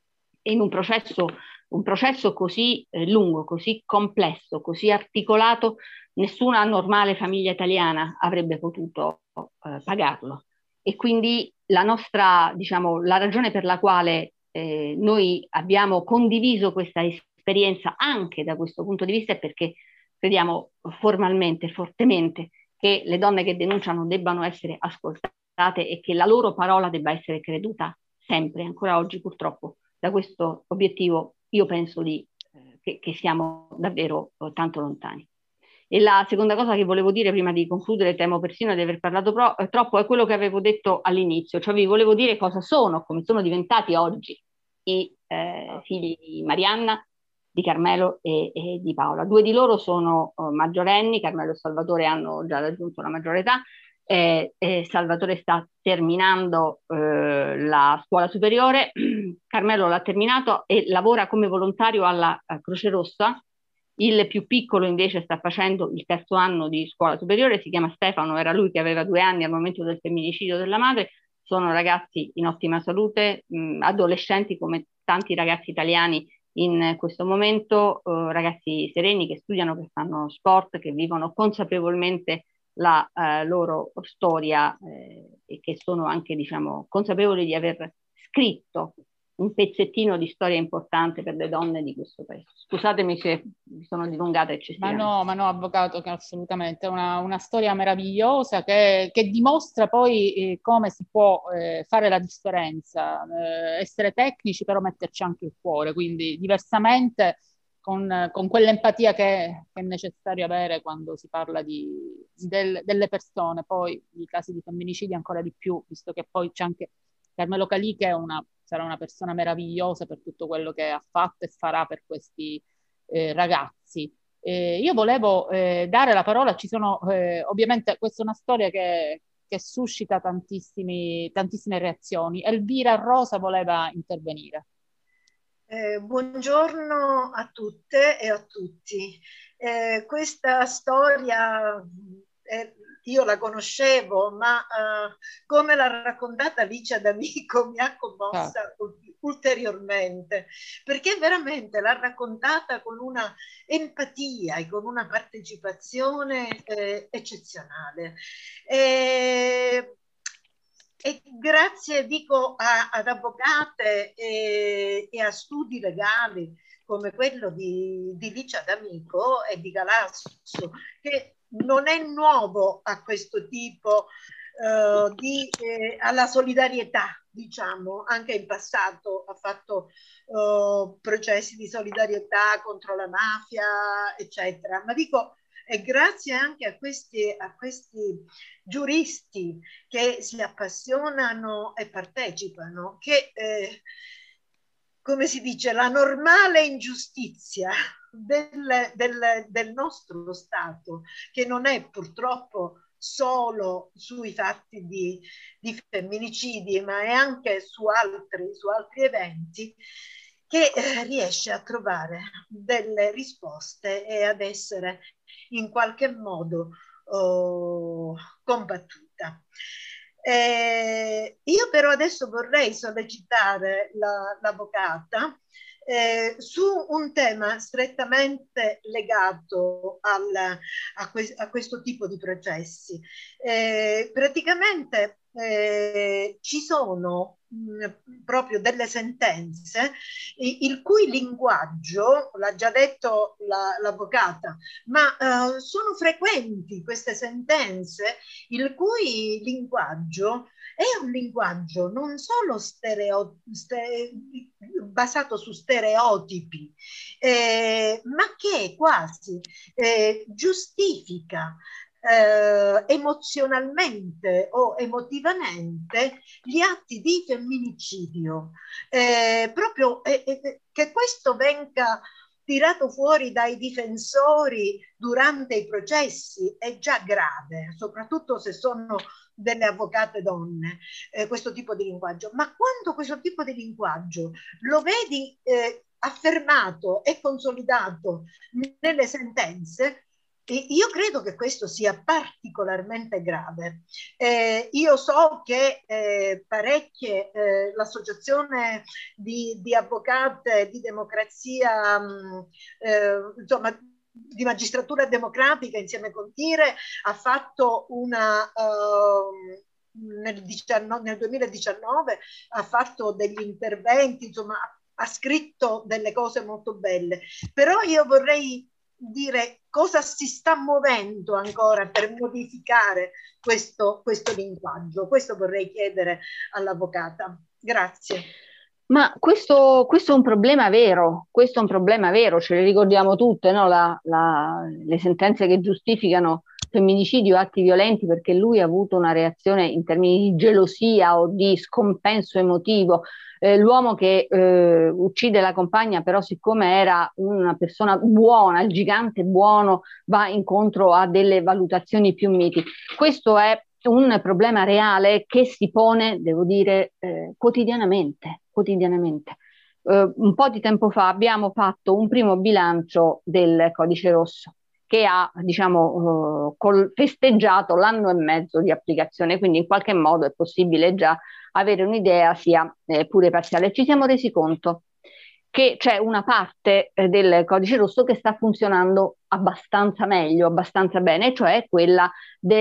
E in un processo, un processo così eh, lungo, così complesso, così articolato, nessuna normale famiglia italiana avrebbe potuto eh, pagarlo. E quindi la nostra, diciamo, la ragione per la quale eh, noi abbiamo condiviso questa esperienza anche da questo punto di vista è perché crediamo formalmente, fortemente, che le donne che denunciano debbano essere ascoltate e che la loro parola debba essere creduta sempre, ancora oggi purtroppo. Da questo obiettivo io penso di, eh, che, che siamo davvero eh, tanto lontani. E la seconda cosa che volevo dire prima di concludere, temo persino di aver parlato pro, eh, troppo, è quello che avevo detto all'inizio, cioè vi volevo dire cosa sono, come sono diventati oggi i eh, figli di Marianna, di Carmelo e, e di Paola. Due di loro sono uh, maggiorenni, Carmelo e Salvatore hanno già raggiunto la maggiore età, eh, eh, Salvatore sta terminando eh, la scuola superiore, Carmelo l'ha terminato e lavora come volontario alla Croce Rossa, il più piccolo invece sta facendo il terzo anno di scuola superiore, si chiama Stefano, era lui che aveva due anni al momento del femminicidio della madre, sono ragazzi in ottima salute, mh, adolescenti come tanti ragazzi italiani in questo momento, eh, ragazzi sereni che studiano, che fanno sport, che vivono consapevolmente la eh, loro storia eh, e che sono anche, diciamo, consapevoli di aver scritto un pezzettino di storia importante per le donne di questo paese. Scusatemi se mi sono dilungata eccessivamente. Ma no, ma no, avvocato, che assolutamente è una, una storia meravigliosa che, che dimostra poi eh, come si può eh, fare la differenza, eh, essere tecnici però metterci anche il cuore, quindi diversamente con, con quell'empatia che, che è necessario avere quando si parla di, del, delle persone, poi i casi di femminicidio ancora di più, visto che poi c'è anche Carmelo Calì che è una sarà una persona meravigliosa per tutto quello che ha fatto e farà per questi eh, ragazzi. Eh, io volevo eh, dare la parola, ci sono eh, ovviamente questa è una storia che, che suscita tantissimi, tantissime reazioni. Elvira Rosa voleva intervenire. Eh, buongiorno a tutte e a tutti. Eh, questa storia eh, io la conoscevo, ma eh, come l'ha raccontata Licia D'Amico mi ha commossa ah. ulteriormente, perché veramente l'ha raccontata con una empatia e con una partecipazione eh, eccezionale. Eh, E grazie, dico, a, ad avvocate e, e a studi legali come quello di, di Licia D'Amico e di Galasso, che non è nuovo a questo tipo uh, di, eh, alla solidarietà, diciamo, anche in passato ha fatto uh, processi di solidarietà contro la mafia, eccetera. Ma dico, e grazie anche a questi, a questi giuristi che si appassionano e partecipano, che, eh, come si dice, la normale ingiustizia del, del, del nostro Stato, che non è purtroppo solo sui fatti di, di femminicidi, ma è anche su altri, su altri eventi, che eh, riesce a trovare delle risposte e ad essere in qualche modo oh, combattuta. Eh, io però adesso vorrei sollecitare l'avvocata eh, su un tema strettamente legato al, a, que a questo tipo di processi. Eh, praticamente eh, ci sono mh, proprio delle sentenze i, il cui linguaggio, l'ha già detto l'avvocata, la, ma uh, sono frequenti queste sentenze il cui linguaggio è un linguaggio non solo stereo, ste, basato su stereotipi, eh, ma che quasi eh, giustifica Eh, emozionalmente o emotivamente gli atti di femminicidio. Eh, proprio eh, eh, che questo venga tirato fuori dai difensori durante i processi è già grave, soprattutto se sono delle avvocate donne, eh, questo tipo di linguaggio. Ma quando questo tipo di linguaggio lo vedi eh, affermato e consolidato nelle sentenze, io credo che questo sia particolarmente grave. Eh, io so che eh, parecchie, eh, l'associazione di, di avvocate di democrazia, mh, eh, insomma, di magistratura democratica insieme con Tire ha fatto una... Uh, nel, nel duemiladiciannove ha fatto degli interventi, insomma, ha scritto delle cose molto belle. Però io vorrei dire cosa si sta muovendo ancora per modificare questo, questo linguaggio. Questo vorrei chiedere all'avvocata. Grazie. Ma questo, questo è un problema vero, questo è un problema vero, ce le ricordiamo tutte, no? la, la, le sentenze che giustificano femminicidio o atti violenti perché lui ha avuto una reazione in termini di gelosia o di scompenso emotivo. Eh, l'uomo che eh, uccide la compagna, però siccome era una persona buona, il gigante buono, va incontro a delle valutazioni più miti. Questo è un problema reale che si pone, devo dire, eh, quotidianamente. quotidianamente. Eh, un po' di tempo fa abbiamo fatto un primo bilancio del Codice Rosso che ha, diciamo, eh, col, festeggiato l'anno e mezzo di applicazione, quindi in qualche modo è possibile già avere un'idea sia eh, pure parziale. Ci siamo resi conto che c'è una parte eh, del Codice Rosso che sta funzionando abbastanza meglio, abbastanza bene, cioè quella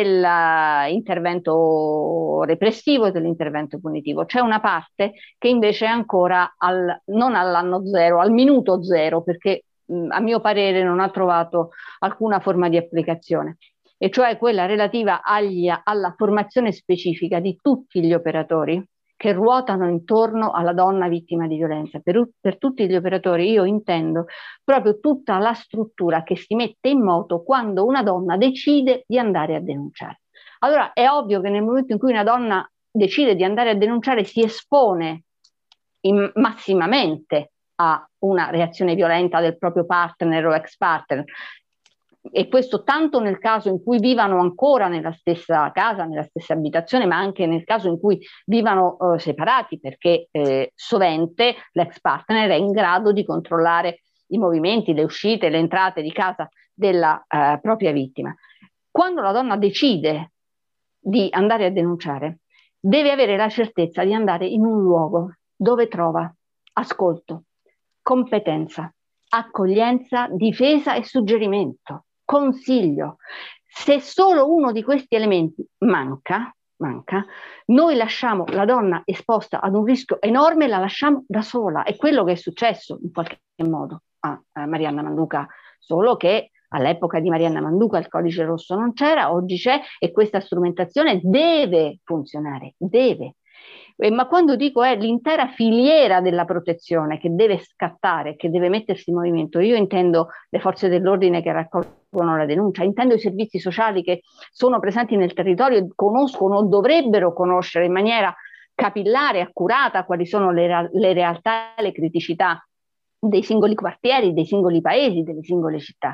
dell'intervento repressivo e dell'intervento punitivo. C'è una parte che invece è ancora al, non all'anno zero, al minuto zero, perché mh, a mio parere non ha trovato alcuna forma di applicazione, e cioè quella relativa agli, alla formazione specifica di tutti gli operatori che ruotano intorno alla donna vittima di violenza. Per, per tutti gli operatori io intendo proprio tutta la struttura che si mette in moto quando una donna decide di andare a denunciare. Allora è ovvio che nel momento in cui una donna decide di andare a denunciare si espone in, massimamente a una reazione violenta del proprio partner o ex partner. E questo tanto nel caso in cui vivano ancora nella stessa casa, nella stessa abitazione, ma anche nel caso in cui vivano eh, separati, perché eh, sovente l'ex partner è in grado di controllare i movimenti, le uscite, le entrate di casa della eh, propria vittima. Quando la donna decide di andare a denunciare, deve avere la certezza di andare in un luogo dove trova ascolto, competenza, accoglienza, difesa e suggerimento, consiglio. Se solo uno di questi elementi manca, manca, noi lasciamo la donna esposta ad un rischio enorme e la lasciamo da sola. È quello che è successo in qualche modo a, a Marianna Manduca, solo che all'epoca di Marianna Manduca il codice rosso non c'era, oggi c'è, e questa strumentazione deve funzionare, deve. Eh, ma quando dico è l'intera filiera della protezione che deve scattare, che deve mettersi in movimento, io intendo le forze dell'ordine che raccolgono la denuncia, intendo i servizi sociali che sono presenti nel territorio e conoscono o dovrebbero conoscere in maniera capillare, accurata, quali sono le, le realtà e le criticità dei singoli quartieri, dei singoli paesi, delle singole città.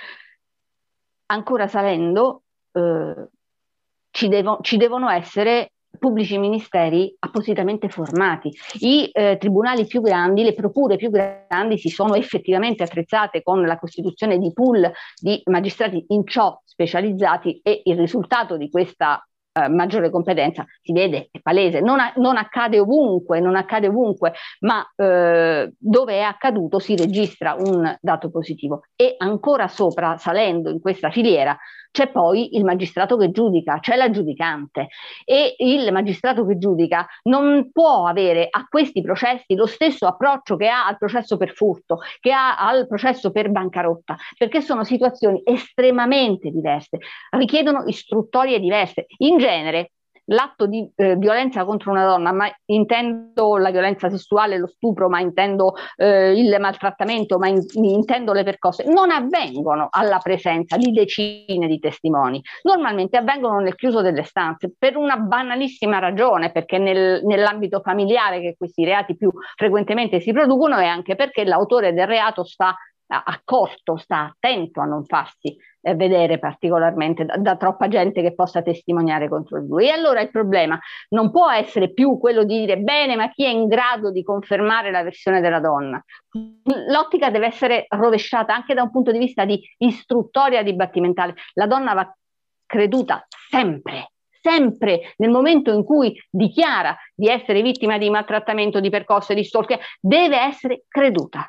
Ancora salendo, eh, ci, devo, ci devono essere pubblici ministeri appositamente formati. I eh, tribunali più grandi, le procure più grandi si sono effettivamente attrezzate con la costituzione di pool di magistrati in ciò specializzati, e il risultato di questa eh, maggiore competenza si vede, è palese. Non, a, non accade ovunque, non accade ovunque, ma eh, dove è accaduto si registra un dato positivo. E ancora sopra, salendo in questa filiera, c'è poi il magistrato che giudica, c'è la giudicante, e il magistrato che giudica non può avere a questi processi lo stesso approccio che ha al processo per furto, che ha al processo per bancarotta, perché sono situazioni estremamente diverse, richiedono istruttorie diverse. In genere l'atto di eh, violenza contro una donna, ma intendo la violenza sessuale, lo stupro, ma intendo eh, il maltrattamento, ma in, intendo le percosse, non avvengono alla presenza di decine di testimoni. Normalmente avvengono nel chiuso delle stanze per una banalissima ragione, perché nel, nell'ambito familiare che questi reati più frequentemente si producono, e anche perché l'autore del reato sta accorto, sta attento a non farsi eh, vedere particolarmente da, da troppa gente che possa testimoniare contro di lui. E allora il problema non può essere più quello di dire bene, ma chi è in grado di confermare la versione della donna? L'ottica deve essere rovesciata anche da un punto di vista di istruttoria dibattimentale. La donna va creduta sempre, sempre nel momento in cui dichiara di essere vittima di maltrattamento, di percosse, di stalking, deve essere creduta.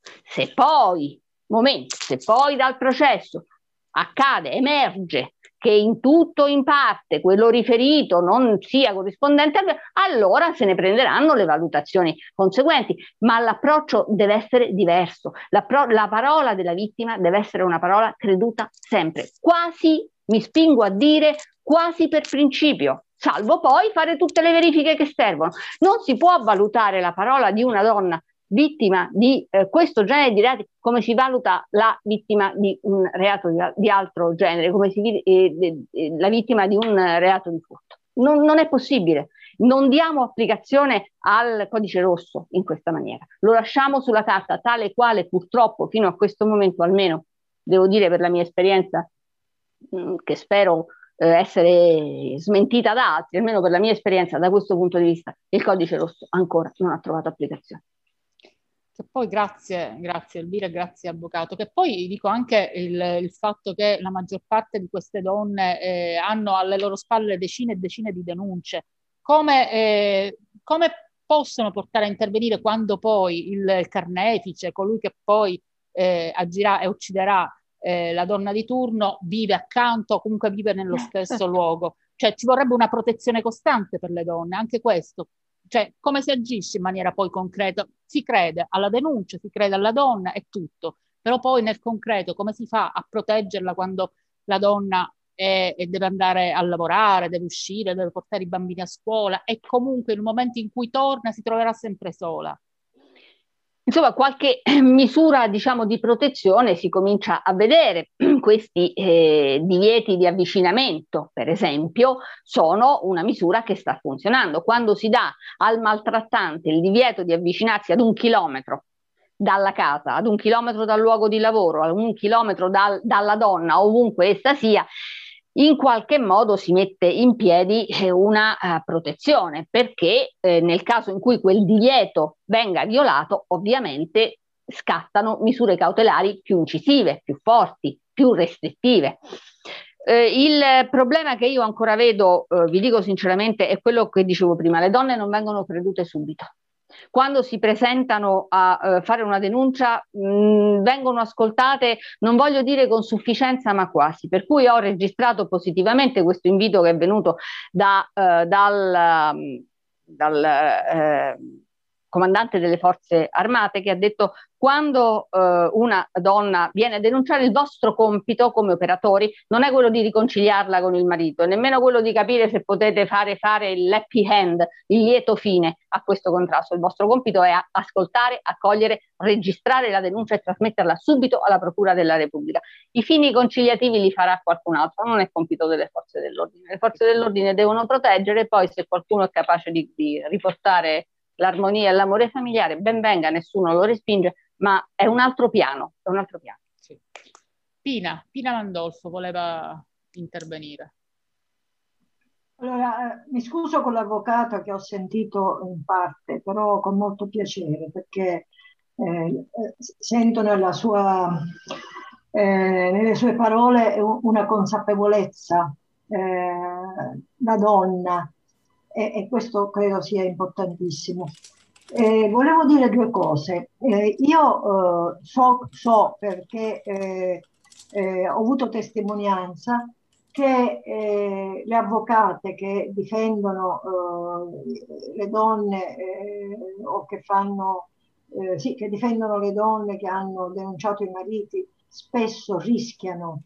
Se poi, momento, se poi dal processo accade, emerge che in tutto o in parte quello riferito non sia corrispondente, allora se ne prenderanno le valutazioni conseguenti, ma l'approccio deve essere diverso. La, la parola della vittima deve essere una parola creduta sempre, quasi, mi spingo a dire, quasi per principio, salvo poi fare tutte le verifiche che servono. Non si può valutare la parola di una donna vittima di eh, questo genere di reati come si valuta la vittima di un reato di, di altro genere, come si eh, eh, la vittima di un reato di furto. Non, non è possibile. Non diamo applicazione al codice rosso in questa maniera. Lo lasciamo sulla carta tale e quale, purtroppo fino a questo momento, almeno devo dire per la mia esperienza, mh, che spero eh, essere smentita da altri, almeno per la mia esperienza da questo punto di vista, il codice rosso ancora non ha trovato applicazione. Che poi grazie, grazie Elvira, grazie Avvocato, che poi dico anche il, il fatto che la maggior parte di queste donne eh, hanno alle loro spalle decine e decine di denunce. Come, eh, come possono portare a intervenire quando poi il, il carnefice, colui che poi eh, agirà e ucciderà eh, la donna di turno, vive accanto o comunque vive nello stesso luogo? Cioè ci vorrebbe una protezione costante per le donne, anche questo. Cioè, come si agisce in maniera poi concreta? Si crede alla denuncia, si crede alla donna e tutto, però poi nel concreto come si fa a proteggerla quando la donna è, è deve andare a lavorare, deve uscire, deve portare i bambini a scuola e comunque nel momento in cui torna si troverà sempre sola? insomma, qualche misura, diciamo, di protezione si comincia a vedere. Questi eh, divieti di avvicinamento, per esempio, sono una misura che sta funzionando. Quando si dà al maltrattante il divieto di avvicinarsi ad un chilometro dalla casa, ad un chilometro dal luogo di lavoro, ad un chilometro dal, dalla donna, ovunque essa sia, in qualche modo si mette in piedi una uh, protezione, perché eh, nel caso in cui quel divieto venga violato, ovviamente scattano misure cautelari più incisive, più forti, più restrittive. Eh, il problema che io ancora vedo, eh, vi dico sinceramente, è quello che dicevo prima: le donne non vengono credute subito. Quando si presentano a uh, fare una denuncia mh, vengono ascoltate, non voglio dire con sufficienza, ma quasi. Per cui ho registrato positivamente questo invito che è venuto da, uh, dal, um, dal uh, comandante delle forze armate, che ha detto: quando uh, una donna viene a denunciare, il vostro compito come operatori non è quello di riconciliarla con il marito, nemmeno quello di capire se potete fare fare l'happy end, il lieto fine a questo contrasto. Il vostro compito è ascoltare, accogliere, registrare la denuncia e trasmetterla subito alla Procura della Repubblica. I fini conciliativi li farà qualcun altro, non è compito delle forze dell'ordine. Le forze dell'ordine devono proteggere, poi se qualcuno è capace di, di riportare l'armonia e l'amore familiare, ben venga, nessuno lo respinge, ma è un altro piano, è un altro piano. Sì. Pina, Pina Landolfo voleva intervenire. Allora, eh, mi scuso con l'avvocato che ho sentito in parte, però con molto piacere, perché eh, sento nella sua, eh, nelle sue parole una consapevolezza, eh, la donna, e, e questo credo sia importantissimo. Eh, volevo dire due cose. Eh, io eh, so, so perché eh, eh, ho avuto testimonianza che eh, le avvocate che difendono eh, le donne eh, o che fanno eh, sì, che difendono le donne che hanno denunciato i mariti spesso rischiano.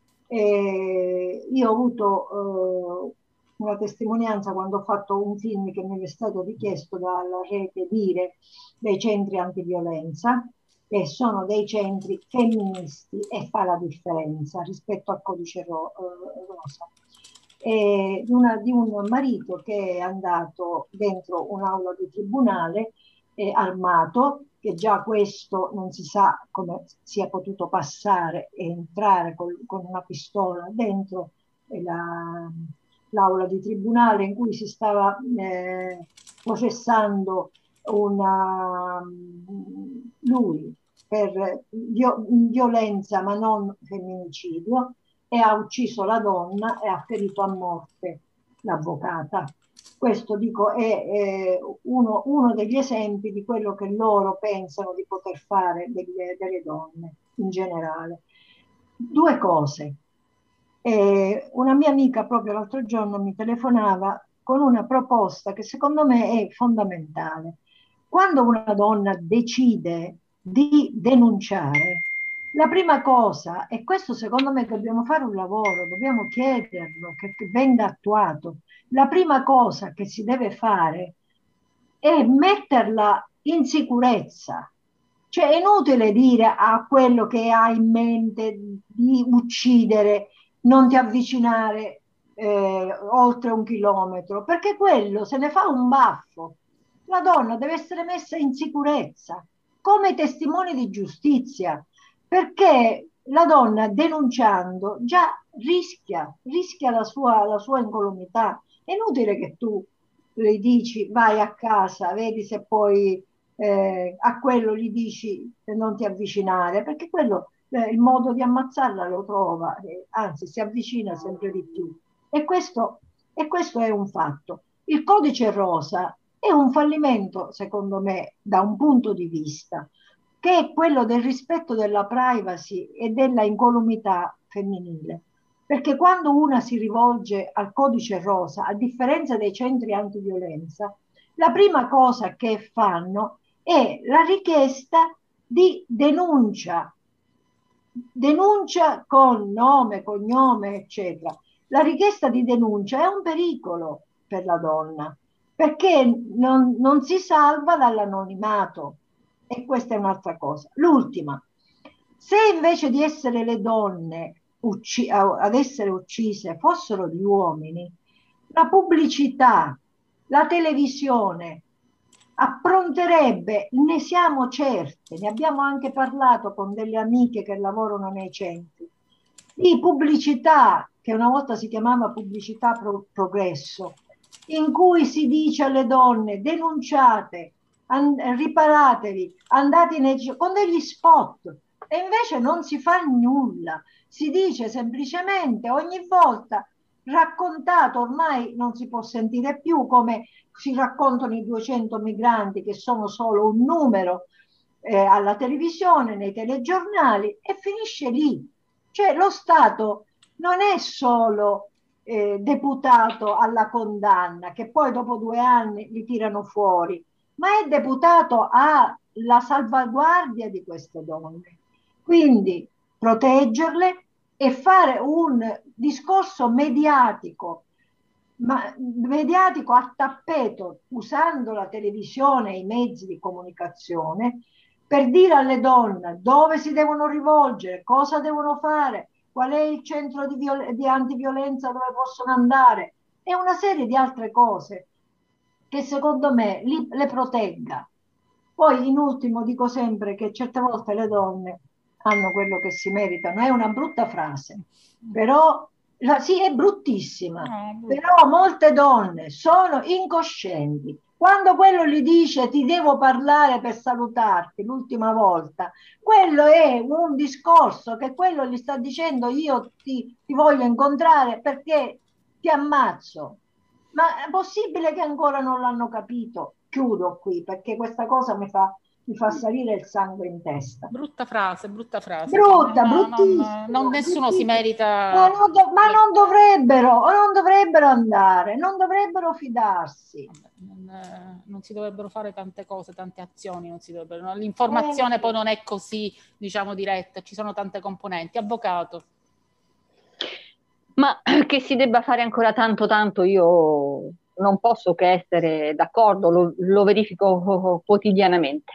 Eh, io ho avuto eh, una testimonianza quando ho fatto un film che mi è stato richiesto dalla rete Dire dei centri antiviolenza, che sono dei centri femministi, e fa la differenza rispetto al codice ro- eh, rosa. E di, una, di un marito che è andato dentro un'aula di tribunale eh, armato, che già questo non si sa come sia potuto passare e entrare col, con una pistola dentro la, l'aula di tribunale in cui si stava eh, processando una, lui per violenza ma non femminicidio, e ha ucciso la donna e ha ferito a morte l'avvocata. Questo dico è, è uno, uno degli esempi di quello che loro pensano di poter fare delle, delle donne in generale. Due cose. Eh, una mia amica proprio l'altro giorno mi telefonava con una proposta che secondo me è fondamentale. Quando una donna decide di denunciare, la prima cosa, e questo secondo me dobbiamo fare un lavoro, dobbiamo chiederlo, che, che venga attuato, la prima cosa che si deve fare è metterla in sicurezza. Cioè è inutile dire a quello che ha in mente di uccidere, non ti avvicinare eh, oltre un chilometro, perché quello se ne fa un baffo. La donna deve essere messa in sicurezza come testimone di giustizia, perché la donna denunciando già rischia, rischia la sua, la sua incolumità. È inutile che tu le dici vai a casa, vedi se poi eh, a quello gli dici non ti avvicinare, perché quello eh, il modo di ammazzarla lo trova, eh, anzi si avvicina sempre di più. E questo, e questo è un fatto. Il codice rosa è un fallimento, secondo me, da un punto di vista, che è quello del rispetto della privacy e della incolumità femminile. Perché quando una si rivolge al codice rosa, a differenza dei centri antiviolenza, la prima cosa che fanno è la richiesta di denuncia, denuncia con nome, cognome, eccetera. La richiesta di denuncia è un pericolo per la donna, perché non, non si salva dall'anonimato. E questa è un'altra cosa. L'ultima, se invece di essere le donne ucci- ad essere uccise fossero gli uomini, la pubblicità, la televisione appronterebbe, ne siamo certe, ne abbiamo anche parlato con delle amiche che lavorano nei centri, di pubblicità, che una volta si chiamava pubblicità pro- progresso, in cui si dice alle donne denunciate, an- riparatevi, andate nei, con degli spot, e invece non si fa nulla, si dice semplicemente ogni volta raccontato, ormai non si può sentire più, come si raccontano i duecento migranti che sono solo un numero eh, alla televisione, nei telegiornali, e finisce lì. Cioè lo Stato non è solo eh, deputato alla condanna, che poi dopo due anni li tirano fuori, ma è deputato alla salvaguardia di queste donne. Quindi proteggerle e fare un discorso mediatico, ma mediatico a tappeto, usando la televisione e i mezzi di comunicazione, per dire alle donne dove si devono rivolgere, cosa devono fare, qual è il centro di, di antiviolenza dove possono andare, e una serie di altre cose che secondo me li, le protegga. Poi in ultimo dico sempre che certe volte le donne hanno quello che si meritano, è una brutta frase, però la, sì, è bruttissima, no, però molte donne sono incoscienti. Quando quello gli dice ti devo parlare per salutarti l'ultima volta, quello è un discorso che quello gli sta dicendo io ti, ti voglio incontrare perché ti ammazzo. Ma è possibile che ancora non l'hanno capito? Chiudo qui perché questa cosa mi fa, mi fa salire il sangue in testa. Brutta frase, brutta frase. Brutta, no, bruttissima. Non, non nessuno bruttissima. si merita. Ma, non, do, ma non dovrebbero, o non dovrebbero andare, non dovrebbero fidarsi. Non, eh, non si dovrebbero fare tante cose, tante azioni, non si dovrebbero. L'informazione eh, poi non è così, diciamo, diretta, ci sono tante componenti. Avvocato. Ma che si debba fare ancora tanto tanto io non posso che essere d'accordo, lo, lo verifico quotidianamente.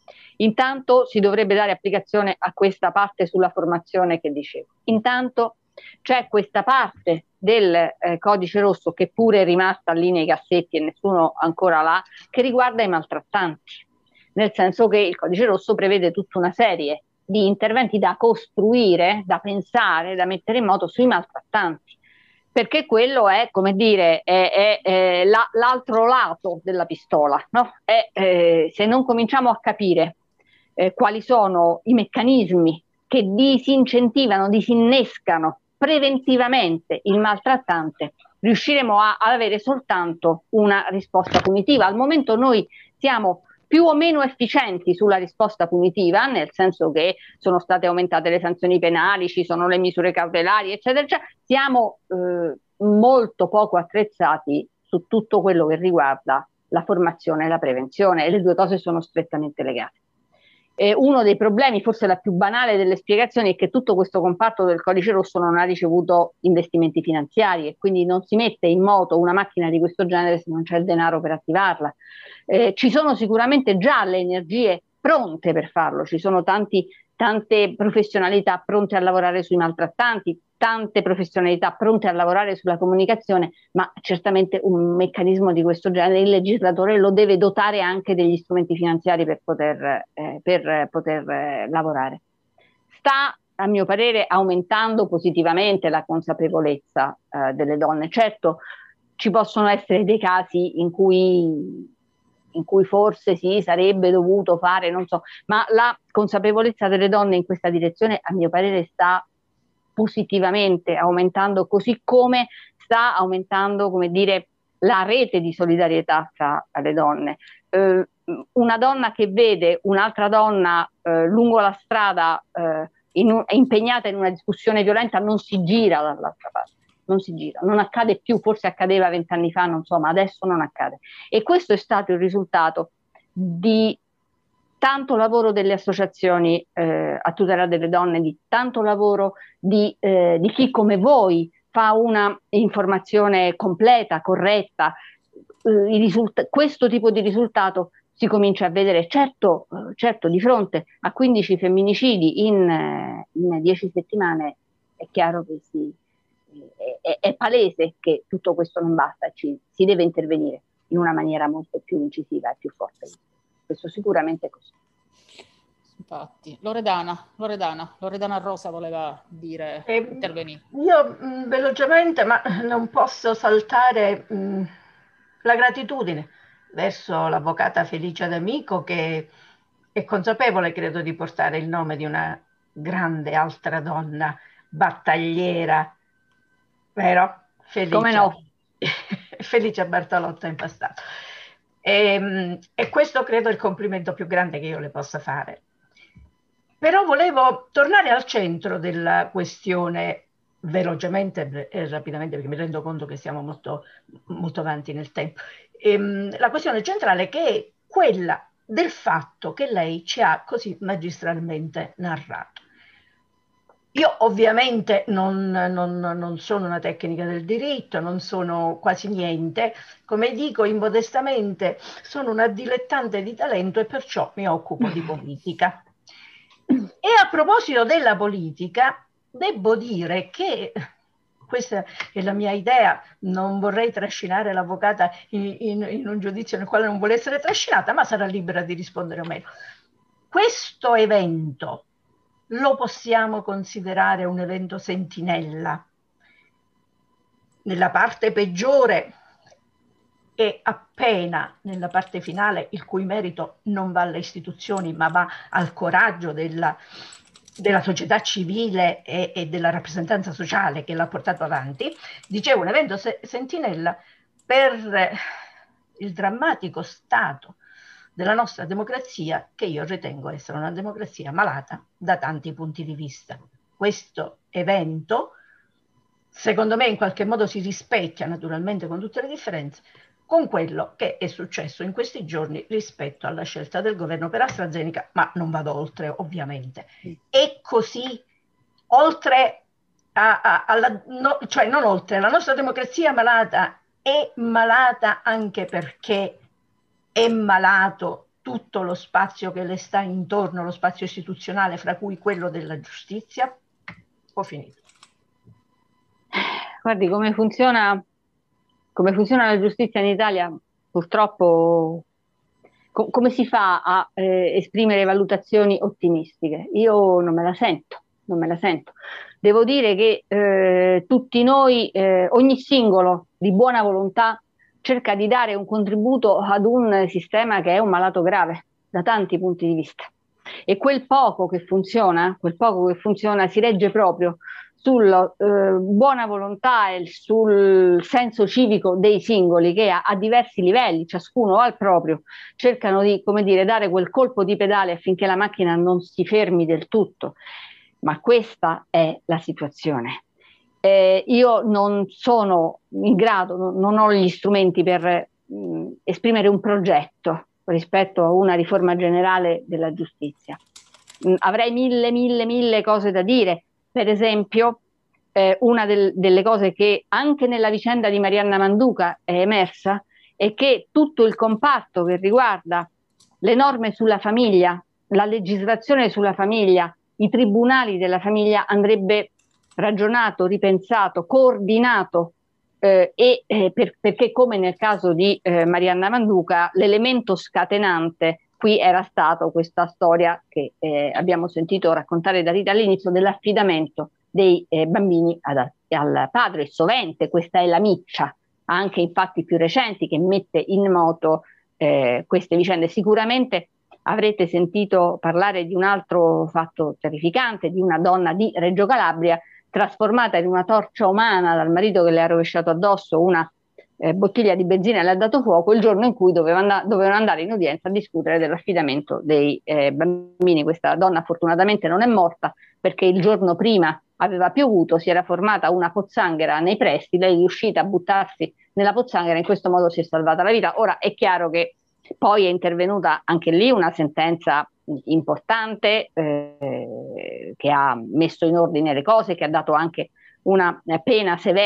Intanto si dovrebbe dare applicazione a questa parte sulla formazione che dicevo. Intanto c'è questa parte del eh, codice rosso che pure è rimasta lì nei cassetti e nessuno ancora l'ha, che riguarda i maltrattanti, nel senso che il codice rosso prevede tutta una serie di interventi da costruire, da pensare, da mettere in moto sui maltrattanti, perché quello è, come dire, è, è, è la, l'altro lato della pistola, no? È, eh, se non cominciamo a capire eh, quali sono i meccanismi che disincentivano, disinnescano preventivamente il maltrattante, riusciremo a, ad avere soltanto una risposta punitiva. Al momento noi siamo più o meno efficienti sulla risposta punitiva, nel senso che sono state aumentate le sanzioni penali, ci sono le misure cautelari, eccetera, eccetera. Siamo eh, molto poco attrezzati su tutto quello che riguarda la formazione e la prevenzione, e le due cose sono strettamente legate. Eh, uno dei problemi, forse la più banale delle spiegazioni, è che tutto questo comparto del codice rosso non ha ricevuto investimenti finanziari e quindi non si mette in moto una macchina di questo genere se non c'è il denaro per attivarla. Eh, ci sono sicuramente già le energie pronte per farlo, ci sono tanti, tante professionalità pronte a lavorare sui maltrattanti, tante professionalità pronte a lavorare sulla comunicazione, ma certamente un meccanismo di questo genere il legislatore lo deve dotare anche degli strumenti finanziari per poter, eh, per poter eh, lavorare. Sta, a mio parere, aumentando positivamente la consapevolezza eh, delle donne. Certo, ci possono essere dei casi in cui in cui forse si sarebbe dovuto fare, non so, ma la consapevolezza delle donne in questa direzione, a mio parere, sta positivamente aumentando, così come sta aumentando, come dire, la rete di solidarietà tra le donne. Eh, una donna che vede un'altra donna eh, lungo la strada eh, in, impegnata in una discussione violenta non si gira dall'altra parte. Non si gira, non accade più, forse accadeva vent'anni fa, non so, ma adesso non accade. E questo è stato il risultato di tanto lavoro delle associazioni eh, a tutela delle donne, di tanto lavoro di, eh, di chi come voi fa una informazione completa, corretta. Eh, i risult- questo tipo di risultato si comincia a vedere, certo, certo di fronte a quindici femminicidi in, in dieci settimane è chiaro che si, è, è palese che tutto questo non basta, ci, si deve intervenire in una maniera molto più incisiva e più forte. Questo sicuramente è così. Infatti, Loredana, Loredana, Loredana Rosa voleva dire, eh, intervenire. Io mh, velocemente, ma non posso saltare mh, la gratitudine verso l'avvocata Felicia D'Amico, che è consapevole, credo, di portare il nome di una grande altra donna battagliera, vero? Felicia. Come no? Felicia Bartolotto in passato. E, e questo credo è il complimento più grande che io le possa fare. Però volevo tornare al centro della questione velocemente e rapidamente, perché mi rendo conto che siamo molto, molto avanti nel tempo. Ehm, la questione centrale, che è quella del fatto che lei ci ha così magistralmente narrato. Io ovviamente non, non, non sono una tecnica del diritto, non sono quasi niente, come dico immodestamente, sono una dilettante di talento e perciò mi occupo di politica. E a proposito della politica, devo dire che, questa è la mia idea, non vorrei trascinare l'avvocata in, in, in un giudizio nel quale non vuole essere trascinata, ma sarà libera di rispondere o meno. Questo evento lo possiamo considerare un evento sentinella. Nella parte peggiore e appena nella parte finale, il cui merito non va alle istituzioni ma va al coraggio della, della società civile e, e della rappresentanza sociale che l'ha portato avanti, dicevo un evento se, sentinella per il drammatico stato della nostra democrazia, che io ritengo essere una democrazia malata da tanti punti di vista. Questo evento, secondo me, in qualche modo si rispecchia, naturalmente con tutte le differenze, con quello che è successo in questi giorni rispetto alla scelta del governo per AstraZeneca, ma non vado oltre, ovviamente. E così, oltre a, a, alla, no, cioè non oltre, la nostra democrazia malata è malata anche perché è malato tutto lo spazio che le sta intorno, lo spazio istituzionale, fra cui quello della giustizia. Ho finito. Guardi, come funziona, come funziona la giustizia in Italia, purtroppo, co- come si fa a eh, esprimere valutazioni ottimistiche? Io non me la sento, non me la sento. Devo dire che eh, tutti noi, eh, ogni singolo di buona volontà, cerca di dare un contributo ad un sistema che è un malato grave da tanti punti di vista. E quel poco che funziona, quel poco che funziona si regge proprio sulla eh, buona volontà e sul senso civico dei singoli che a, a diversi livelli, ciascuno al proprio, cercano di, come dire, dare quel colpo di pedale affinché la macchina non si fermi del tutto. Ma questa è la situazione. Eh, io non sono in grado, non, non ho gli strumenti per mh, esprimere un progetto rispetto a una riforma generale della giustizia. Mh, avrei mille, mille, mille cose da dire. Per esempio, eh, una del, delle cose che anche nella vicenda di Marianna Manduca è emersa è che tutto il comparto che riguarda le norme sulla famiglia, la legislazione sulla famiglia, i tribunali della famiglia andrebbe ragionato, ripensato, coordinato eh, e eh, per, perché come nel caso di eh, Marianna Manduca l'elemento scatenante qui era stato questa storia che eh, abbiamo sentito raccontare da Rita all'inizio dell'affidamento dei eh, bambini ad, al padre. Sovente questa è la miccia, anche in fatti più recenti, che mette in moto eh, queste vicende. Sicuramente avrete sentito parlare di un altro fatto terrificante, di una donna di Reggio Calabria trasformata in una torcia umana dal marito che le ha rovesciato addosso una eh, bottiglia di benzina e le ha dato fuoco il giorno in cui doveva and- dovevano andare in udienza a discutere dell'affidamento dei eh, bambini. Questa donna fortunatamente non è morta perché il giorno prima aveva piovuto, si era formata una pozzanghera nei pressi, lei è riuscita a buttarsi nella pozzanghera e in questo modo si è salvata la vita. Ora è chiaro che poi è intervenuta anche lì una sentenza importante eh, che ha messo in ordine le cose, che ha dato anche una pena severa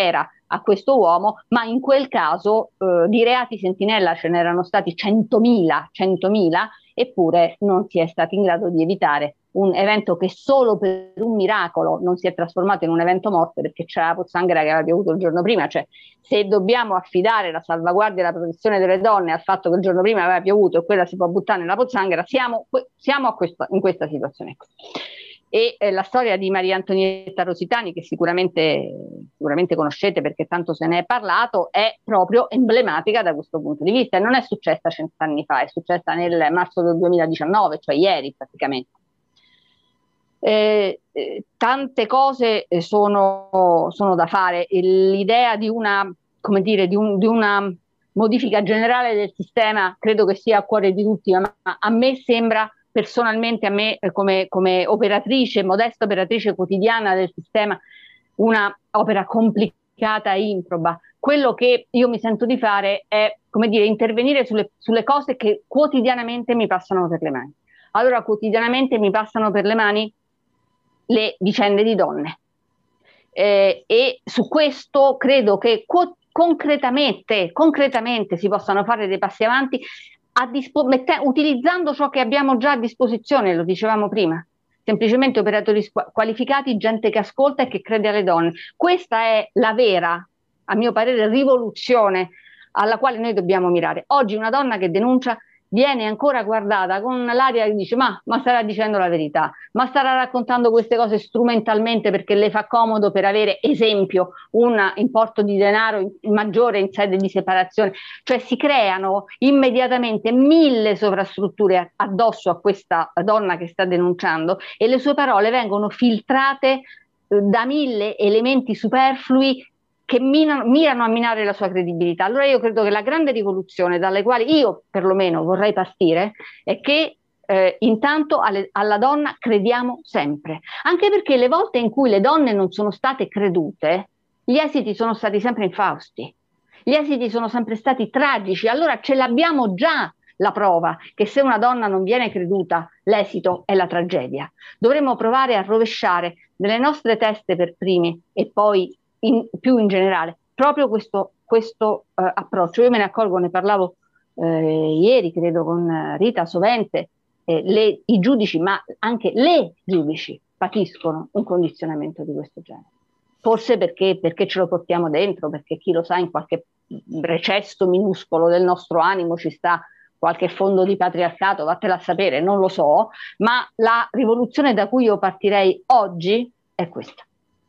a questo uomo, ma in quel caso eh, di reati sentinella ce n'erano stati centomila, centomila, eppure non si è stati in grado di evitare un evento che solo per un miracolo non si è trasformato in un evento morte, perché c'era la pozzanghera che aveva piovuto il giorno prima. Cioè, se dobbiamo affidare la salvaguardia e la protezione delle donne al fatto che il giorno prima aveva piovuto e quella si può buttare nella pozzanghera, siamo, siamo a questo, in questa situazione qui. E eh, la storia di Maria Antonietta Rositani, che sicuramente, sicuramente conoscete perché tanto se ne è parlato, è proprio emblematica da questo punto di vista, e non è successa cent'anni fa, è successa nel marzo del duemiladiciannove, cioè ieri praticamente. Eh, eh, tante cose sono, sono da fare. L'idea di una, come dire, di, un, di una modifica generale del sistema credo che sia a cuore di tutti, ma a me sembra personalmente, a me come, come operatrice, modesta operatrice quotidiana del sistema, una opera complicata e improba. Quello che io mi sento di fare è, come dire, intervenire sulle, sulle cose che quotidianamente mi passano per le mani. Allora, quotidianamente mi passano per le mani le vicende di donne. Eh, e su questo credo che co- concretamente, concretamente si possano fare dei passi avanti a dispo- mette- utilizzando ciò che abbiamo già a disposizione, lo dicevamo prima, semplicemente operatori squ- qualificati, gente che ascolta e che crede alle donne. Questa è la vera, a mio parere, rivoluzione alla quale noi dobbiamo mirare. Oggi una donna che denuncia viene ancora guardata con l'aria che dice ma, ma starà dicendo la verità, ma starà raccontando queste cose strumentalmente perché le fa comodo per avere, esempio, un importo di denaro maggiore in sede di separazione. Cioè si creano immediatamente mille sovrastrutture addosso a questa donna che sta denunciando e le sue parole vengono filtrate eh, da mille elementi superflui che minano, mirano a minare la sua credibilità. Allora io credo che la grande rivoluzione dalle quali io perlomeno vorrei partire è che eh, intanto alle, alla donna crediamo sempre, anche perché le volte in cui le donne non sono state credute, gli esiti sono stati sempre infausti, gli esiti sono sempre stati tragici. Allora ce l'abbiamo già la prova che se una donna non viene creduta, l'esito è la tragedia. Dovremmo provare a rovesciare nelle nostre teste per primi e poi In, più in generale, proprio questo, questo uh, approccio. Io me ne accorgo, ne parlavo eh, ieri, credo, con Rita Sovente, eh, le, i giudici, ma anche le giudici patiscono un condizionamento di questo genere. Forse perché, perché ce lo portiamo dentro, perché chi lo sa, in qualche recesso minuscolo del nostro animo ci sta qualche fondo di patriarcato, vattela a sapere, non lo so, ma la rivoluzione da cui io partirei oggi è questa.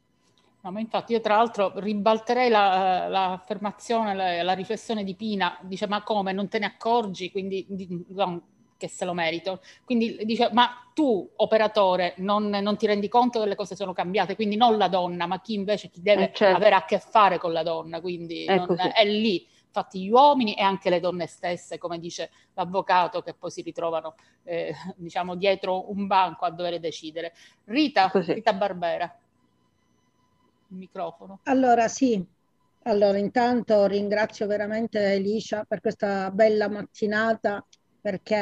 No, ma infatti io tra l'altro ribalterei la, l'affermazione, la, la riflessione di Pina, dice ma come, non te ne accorgi, quindi no, che se lo merito, quindi dice ma tu operatore non, non ti rendi conto che le cose sono cambiate, quindi non la donna, ma chi invece chi deve eh certo. avere a che fare con la donna, quindi è, non, è lì, infatti gli uomini e anche le donne stesse, come dice l'avvocato, che poi si ritrovano eh, diciamo dietro un banco a dover decidere. Rita, Rita Barbera. Il microfono. Allora sì, allora intanto ringrazio veramente Elisha per questa bella mattinata, perché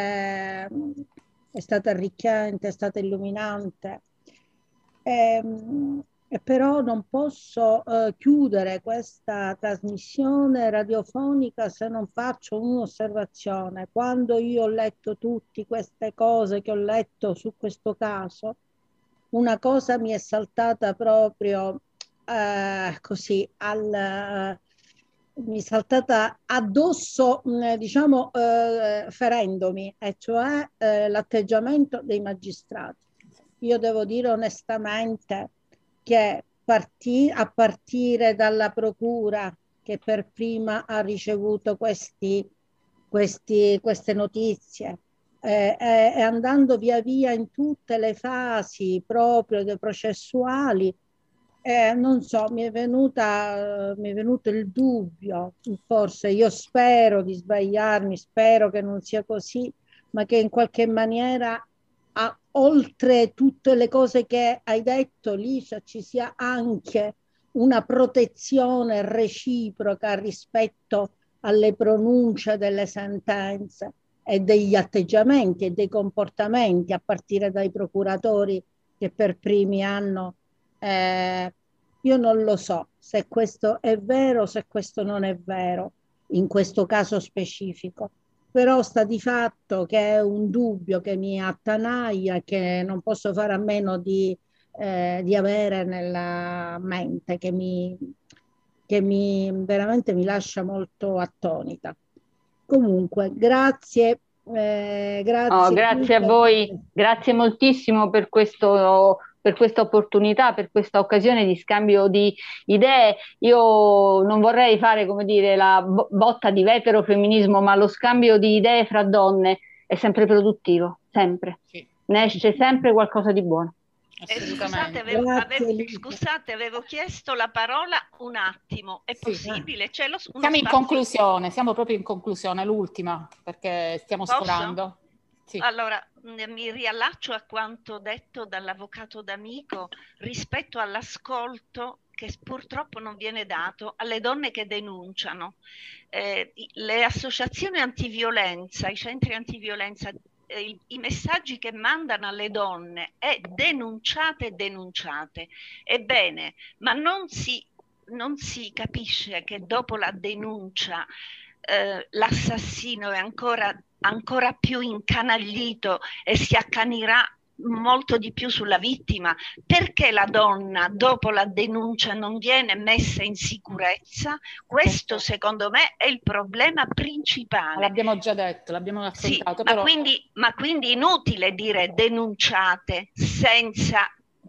è stata arricchente, è stata illuminante, e, e però non posso eh, chiudere questa trasmissione radiofonica se non faccio un'osservazione. Quando io ho letto tutte queste cose che ho letto su questo caso, una cosa mi è saltata proprio Uh, così al, uh, mi è saltata addosso, mh, diciamo, uh, ferendomi, e cioè uh, l'atteggiamento dei magistrati. Io devo dire onestamente che partì, a partire dalla procura che per prima ha ricevuto questi, questi, queste notizie, eh, e, e andando via via in tutte le fasi proprio dei processuali, Eh, non so, mi è venuta, mi è venuto il dubbio, forse io spero di sbagliarmi, spero che non sia così, ma che in qualche maniera, a, oltre tutte le cose che hai detto, Licia, ci sia anche una protezione reciproca rispetto alle pronunce delle sentenze e degli atteggiamenti e dei comportamenti, a partire dai procuratori che per primi hanno Eh, Io non lo so se questo è vero, se questo non è vero, in questo caso specifico, però sta di fatto che è un dubbio che mi attanaglia, che non posso fare a meno di, eh, di avere nella mente, che mi, che mi veramente mi lascia molto attonita. Comunque, grazie. Eh, grazie, oh, grazie a voi, grazie moltissimo per questo, per questa opportunità, per questa occasione di scambio di idee. Io non vorrei fare, come dire, la botta di veterofemminismo, ma lo scambio di idee fra donne è sempre produttivo, sempre. Sì. Ne esce sempre qualcosa di buono. Eh, scusate, avevo, avevo, scusate, avevo chiesto la parola un attimo, è sì. possibile? C'è lo, siamo spazio... in conclusione, siamo proprio in conclusione, l'ultima, perché stiamo Posso? sforando. Sì. Allora, mi riallaccio a quanto detto dall'avvocato d'amico rispetto all'ascolto che purtroppo non viene dato alle donne che denunciano. Eh, le associazioni antiviolenza, i centri antiviolenza, I, i messaggi che mandano alle donne è denunciate, denunciate. Ebbene, ma non si, non si capisce che dopo la denuncia eh, l'assassino è ancora, ancora più incanaglito e si accanirà molto di più sulla vittima. Perché la donna dopo la denuncia non viene messa in sicurezza? Questo secondo me è il problema principale. L'abbiamo già detto, l'abbiamo affrontato. Sì, però... ma, quindi, ma quindi inutile dire denunciate senza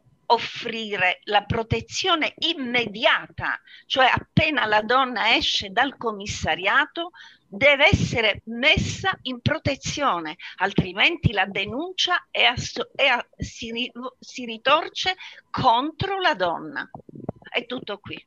offrire la protezione immediata, cioè appena la donna esce dal commissariato deve essere messa in protezione, altrimenti la denuncia è asso- è a- si, ri- si ritorce contro la donna. È tutto qui.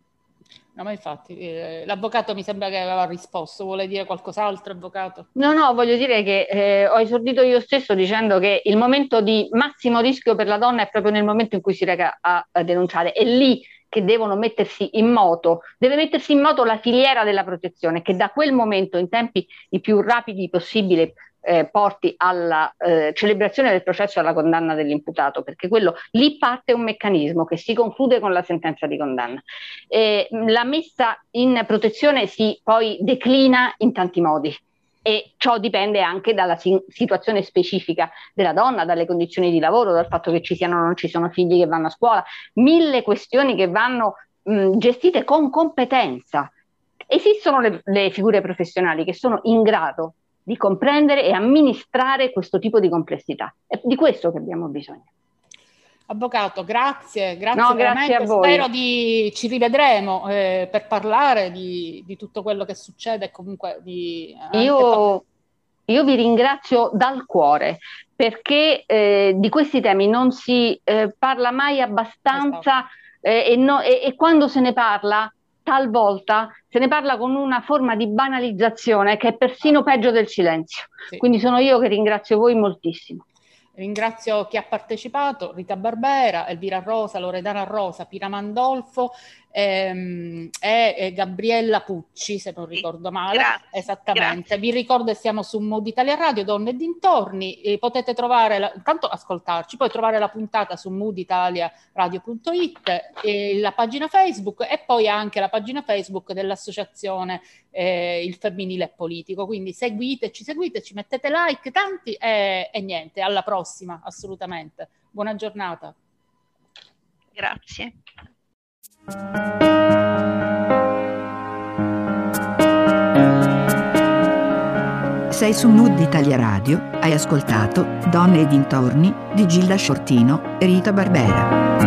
No, ma infatti eh, l'avvocato mi sembra che aveva risposto. Vuole dire qualcos'altro, avvocato? No, no, voglio dire che eh, ho esordito io stesso dicendo che il momento di massimo rischio per la donna è proprio nel momento in cui si reca a, a denunciare. È lì che devono mettersi in moto, deve mettersi in moto la filiera della protezione, che da quel momento, in tempi i più rapidi possibili, eh, porti alla eh, celebrazione del processo e alla condanna dell'imputato, perché quello lì parte un meccanismo che si conclude con la sentenza di condanna. Eh, la messa in protezione si poi declina in tanti modi. E ciò dipende anche dalla si- situazione specifica della donna, dalle condizioni di lavoro, dal fatto che ci siano o non ci sono figli che vanno a scuola, mille questioni che vanno mh, gestite con competenza. Esistono le, le figure professionali che sono in grado di comprendere e amministrare questo tipo di complessità. È di questo che abbiamo bisogno. Avvocato, grazie, grazie, no, veramente. Grazie a voi. Spero di ci rivedremo eh, per parlare di, di tutto quello che succede e comunque di... Io, io vi ringrazio dal cuore perché eh, di questi temi non si eh, parla mai abbastanza eh, e, no, e, e quando se ne parla talvolta se ne parla con una forma di banalizzazione che è persino peggio del silenzio. Sì. Quindi sono io che ringrazio voi moltissimo. Ringrazio chi ha partecipato, Rita Barbera, Elvira Rosa, Loredana Rosa, Pira Mandolfo ehm, e, e Gabriella Pucci, se non ricordo male. Grazie, esattamente. Grazie. Vi ricordo che siamo su Mood Italia Radio, Donne e dintorni, e potete trovare, la, intanto ascoltarci, poi trovare la puntata su mood italia radio punto it, e la pagina Facebook e poi anche la pagina Facebook dell'associazione eh, Il Femminile è Politico. Quindi seguiteci, seguiteci, mettete like tanti e, e niente, alla prossima, assolutamente. Buona giornata. Grazie. Sei su Mood Italia Radio, hai ascoltato Donne e dintorni di Gilda Shortino e Rita Barbera.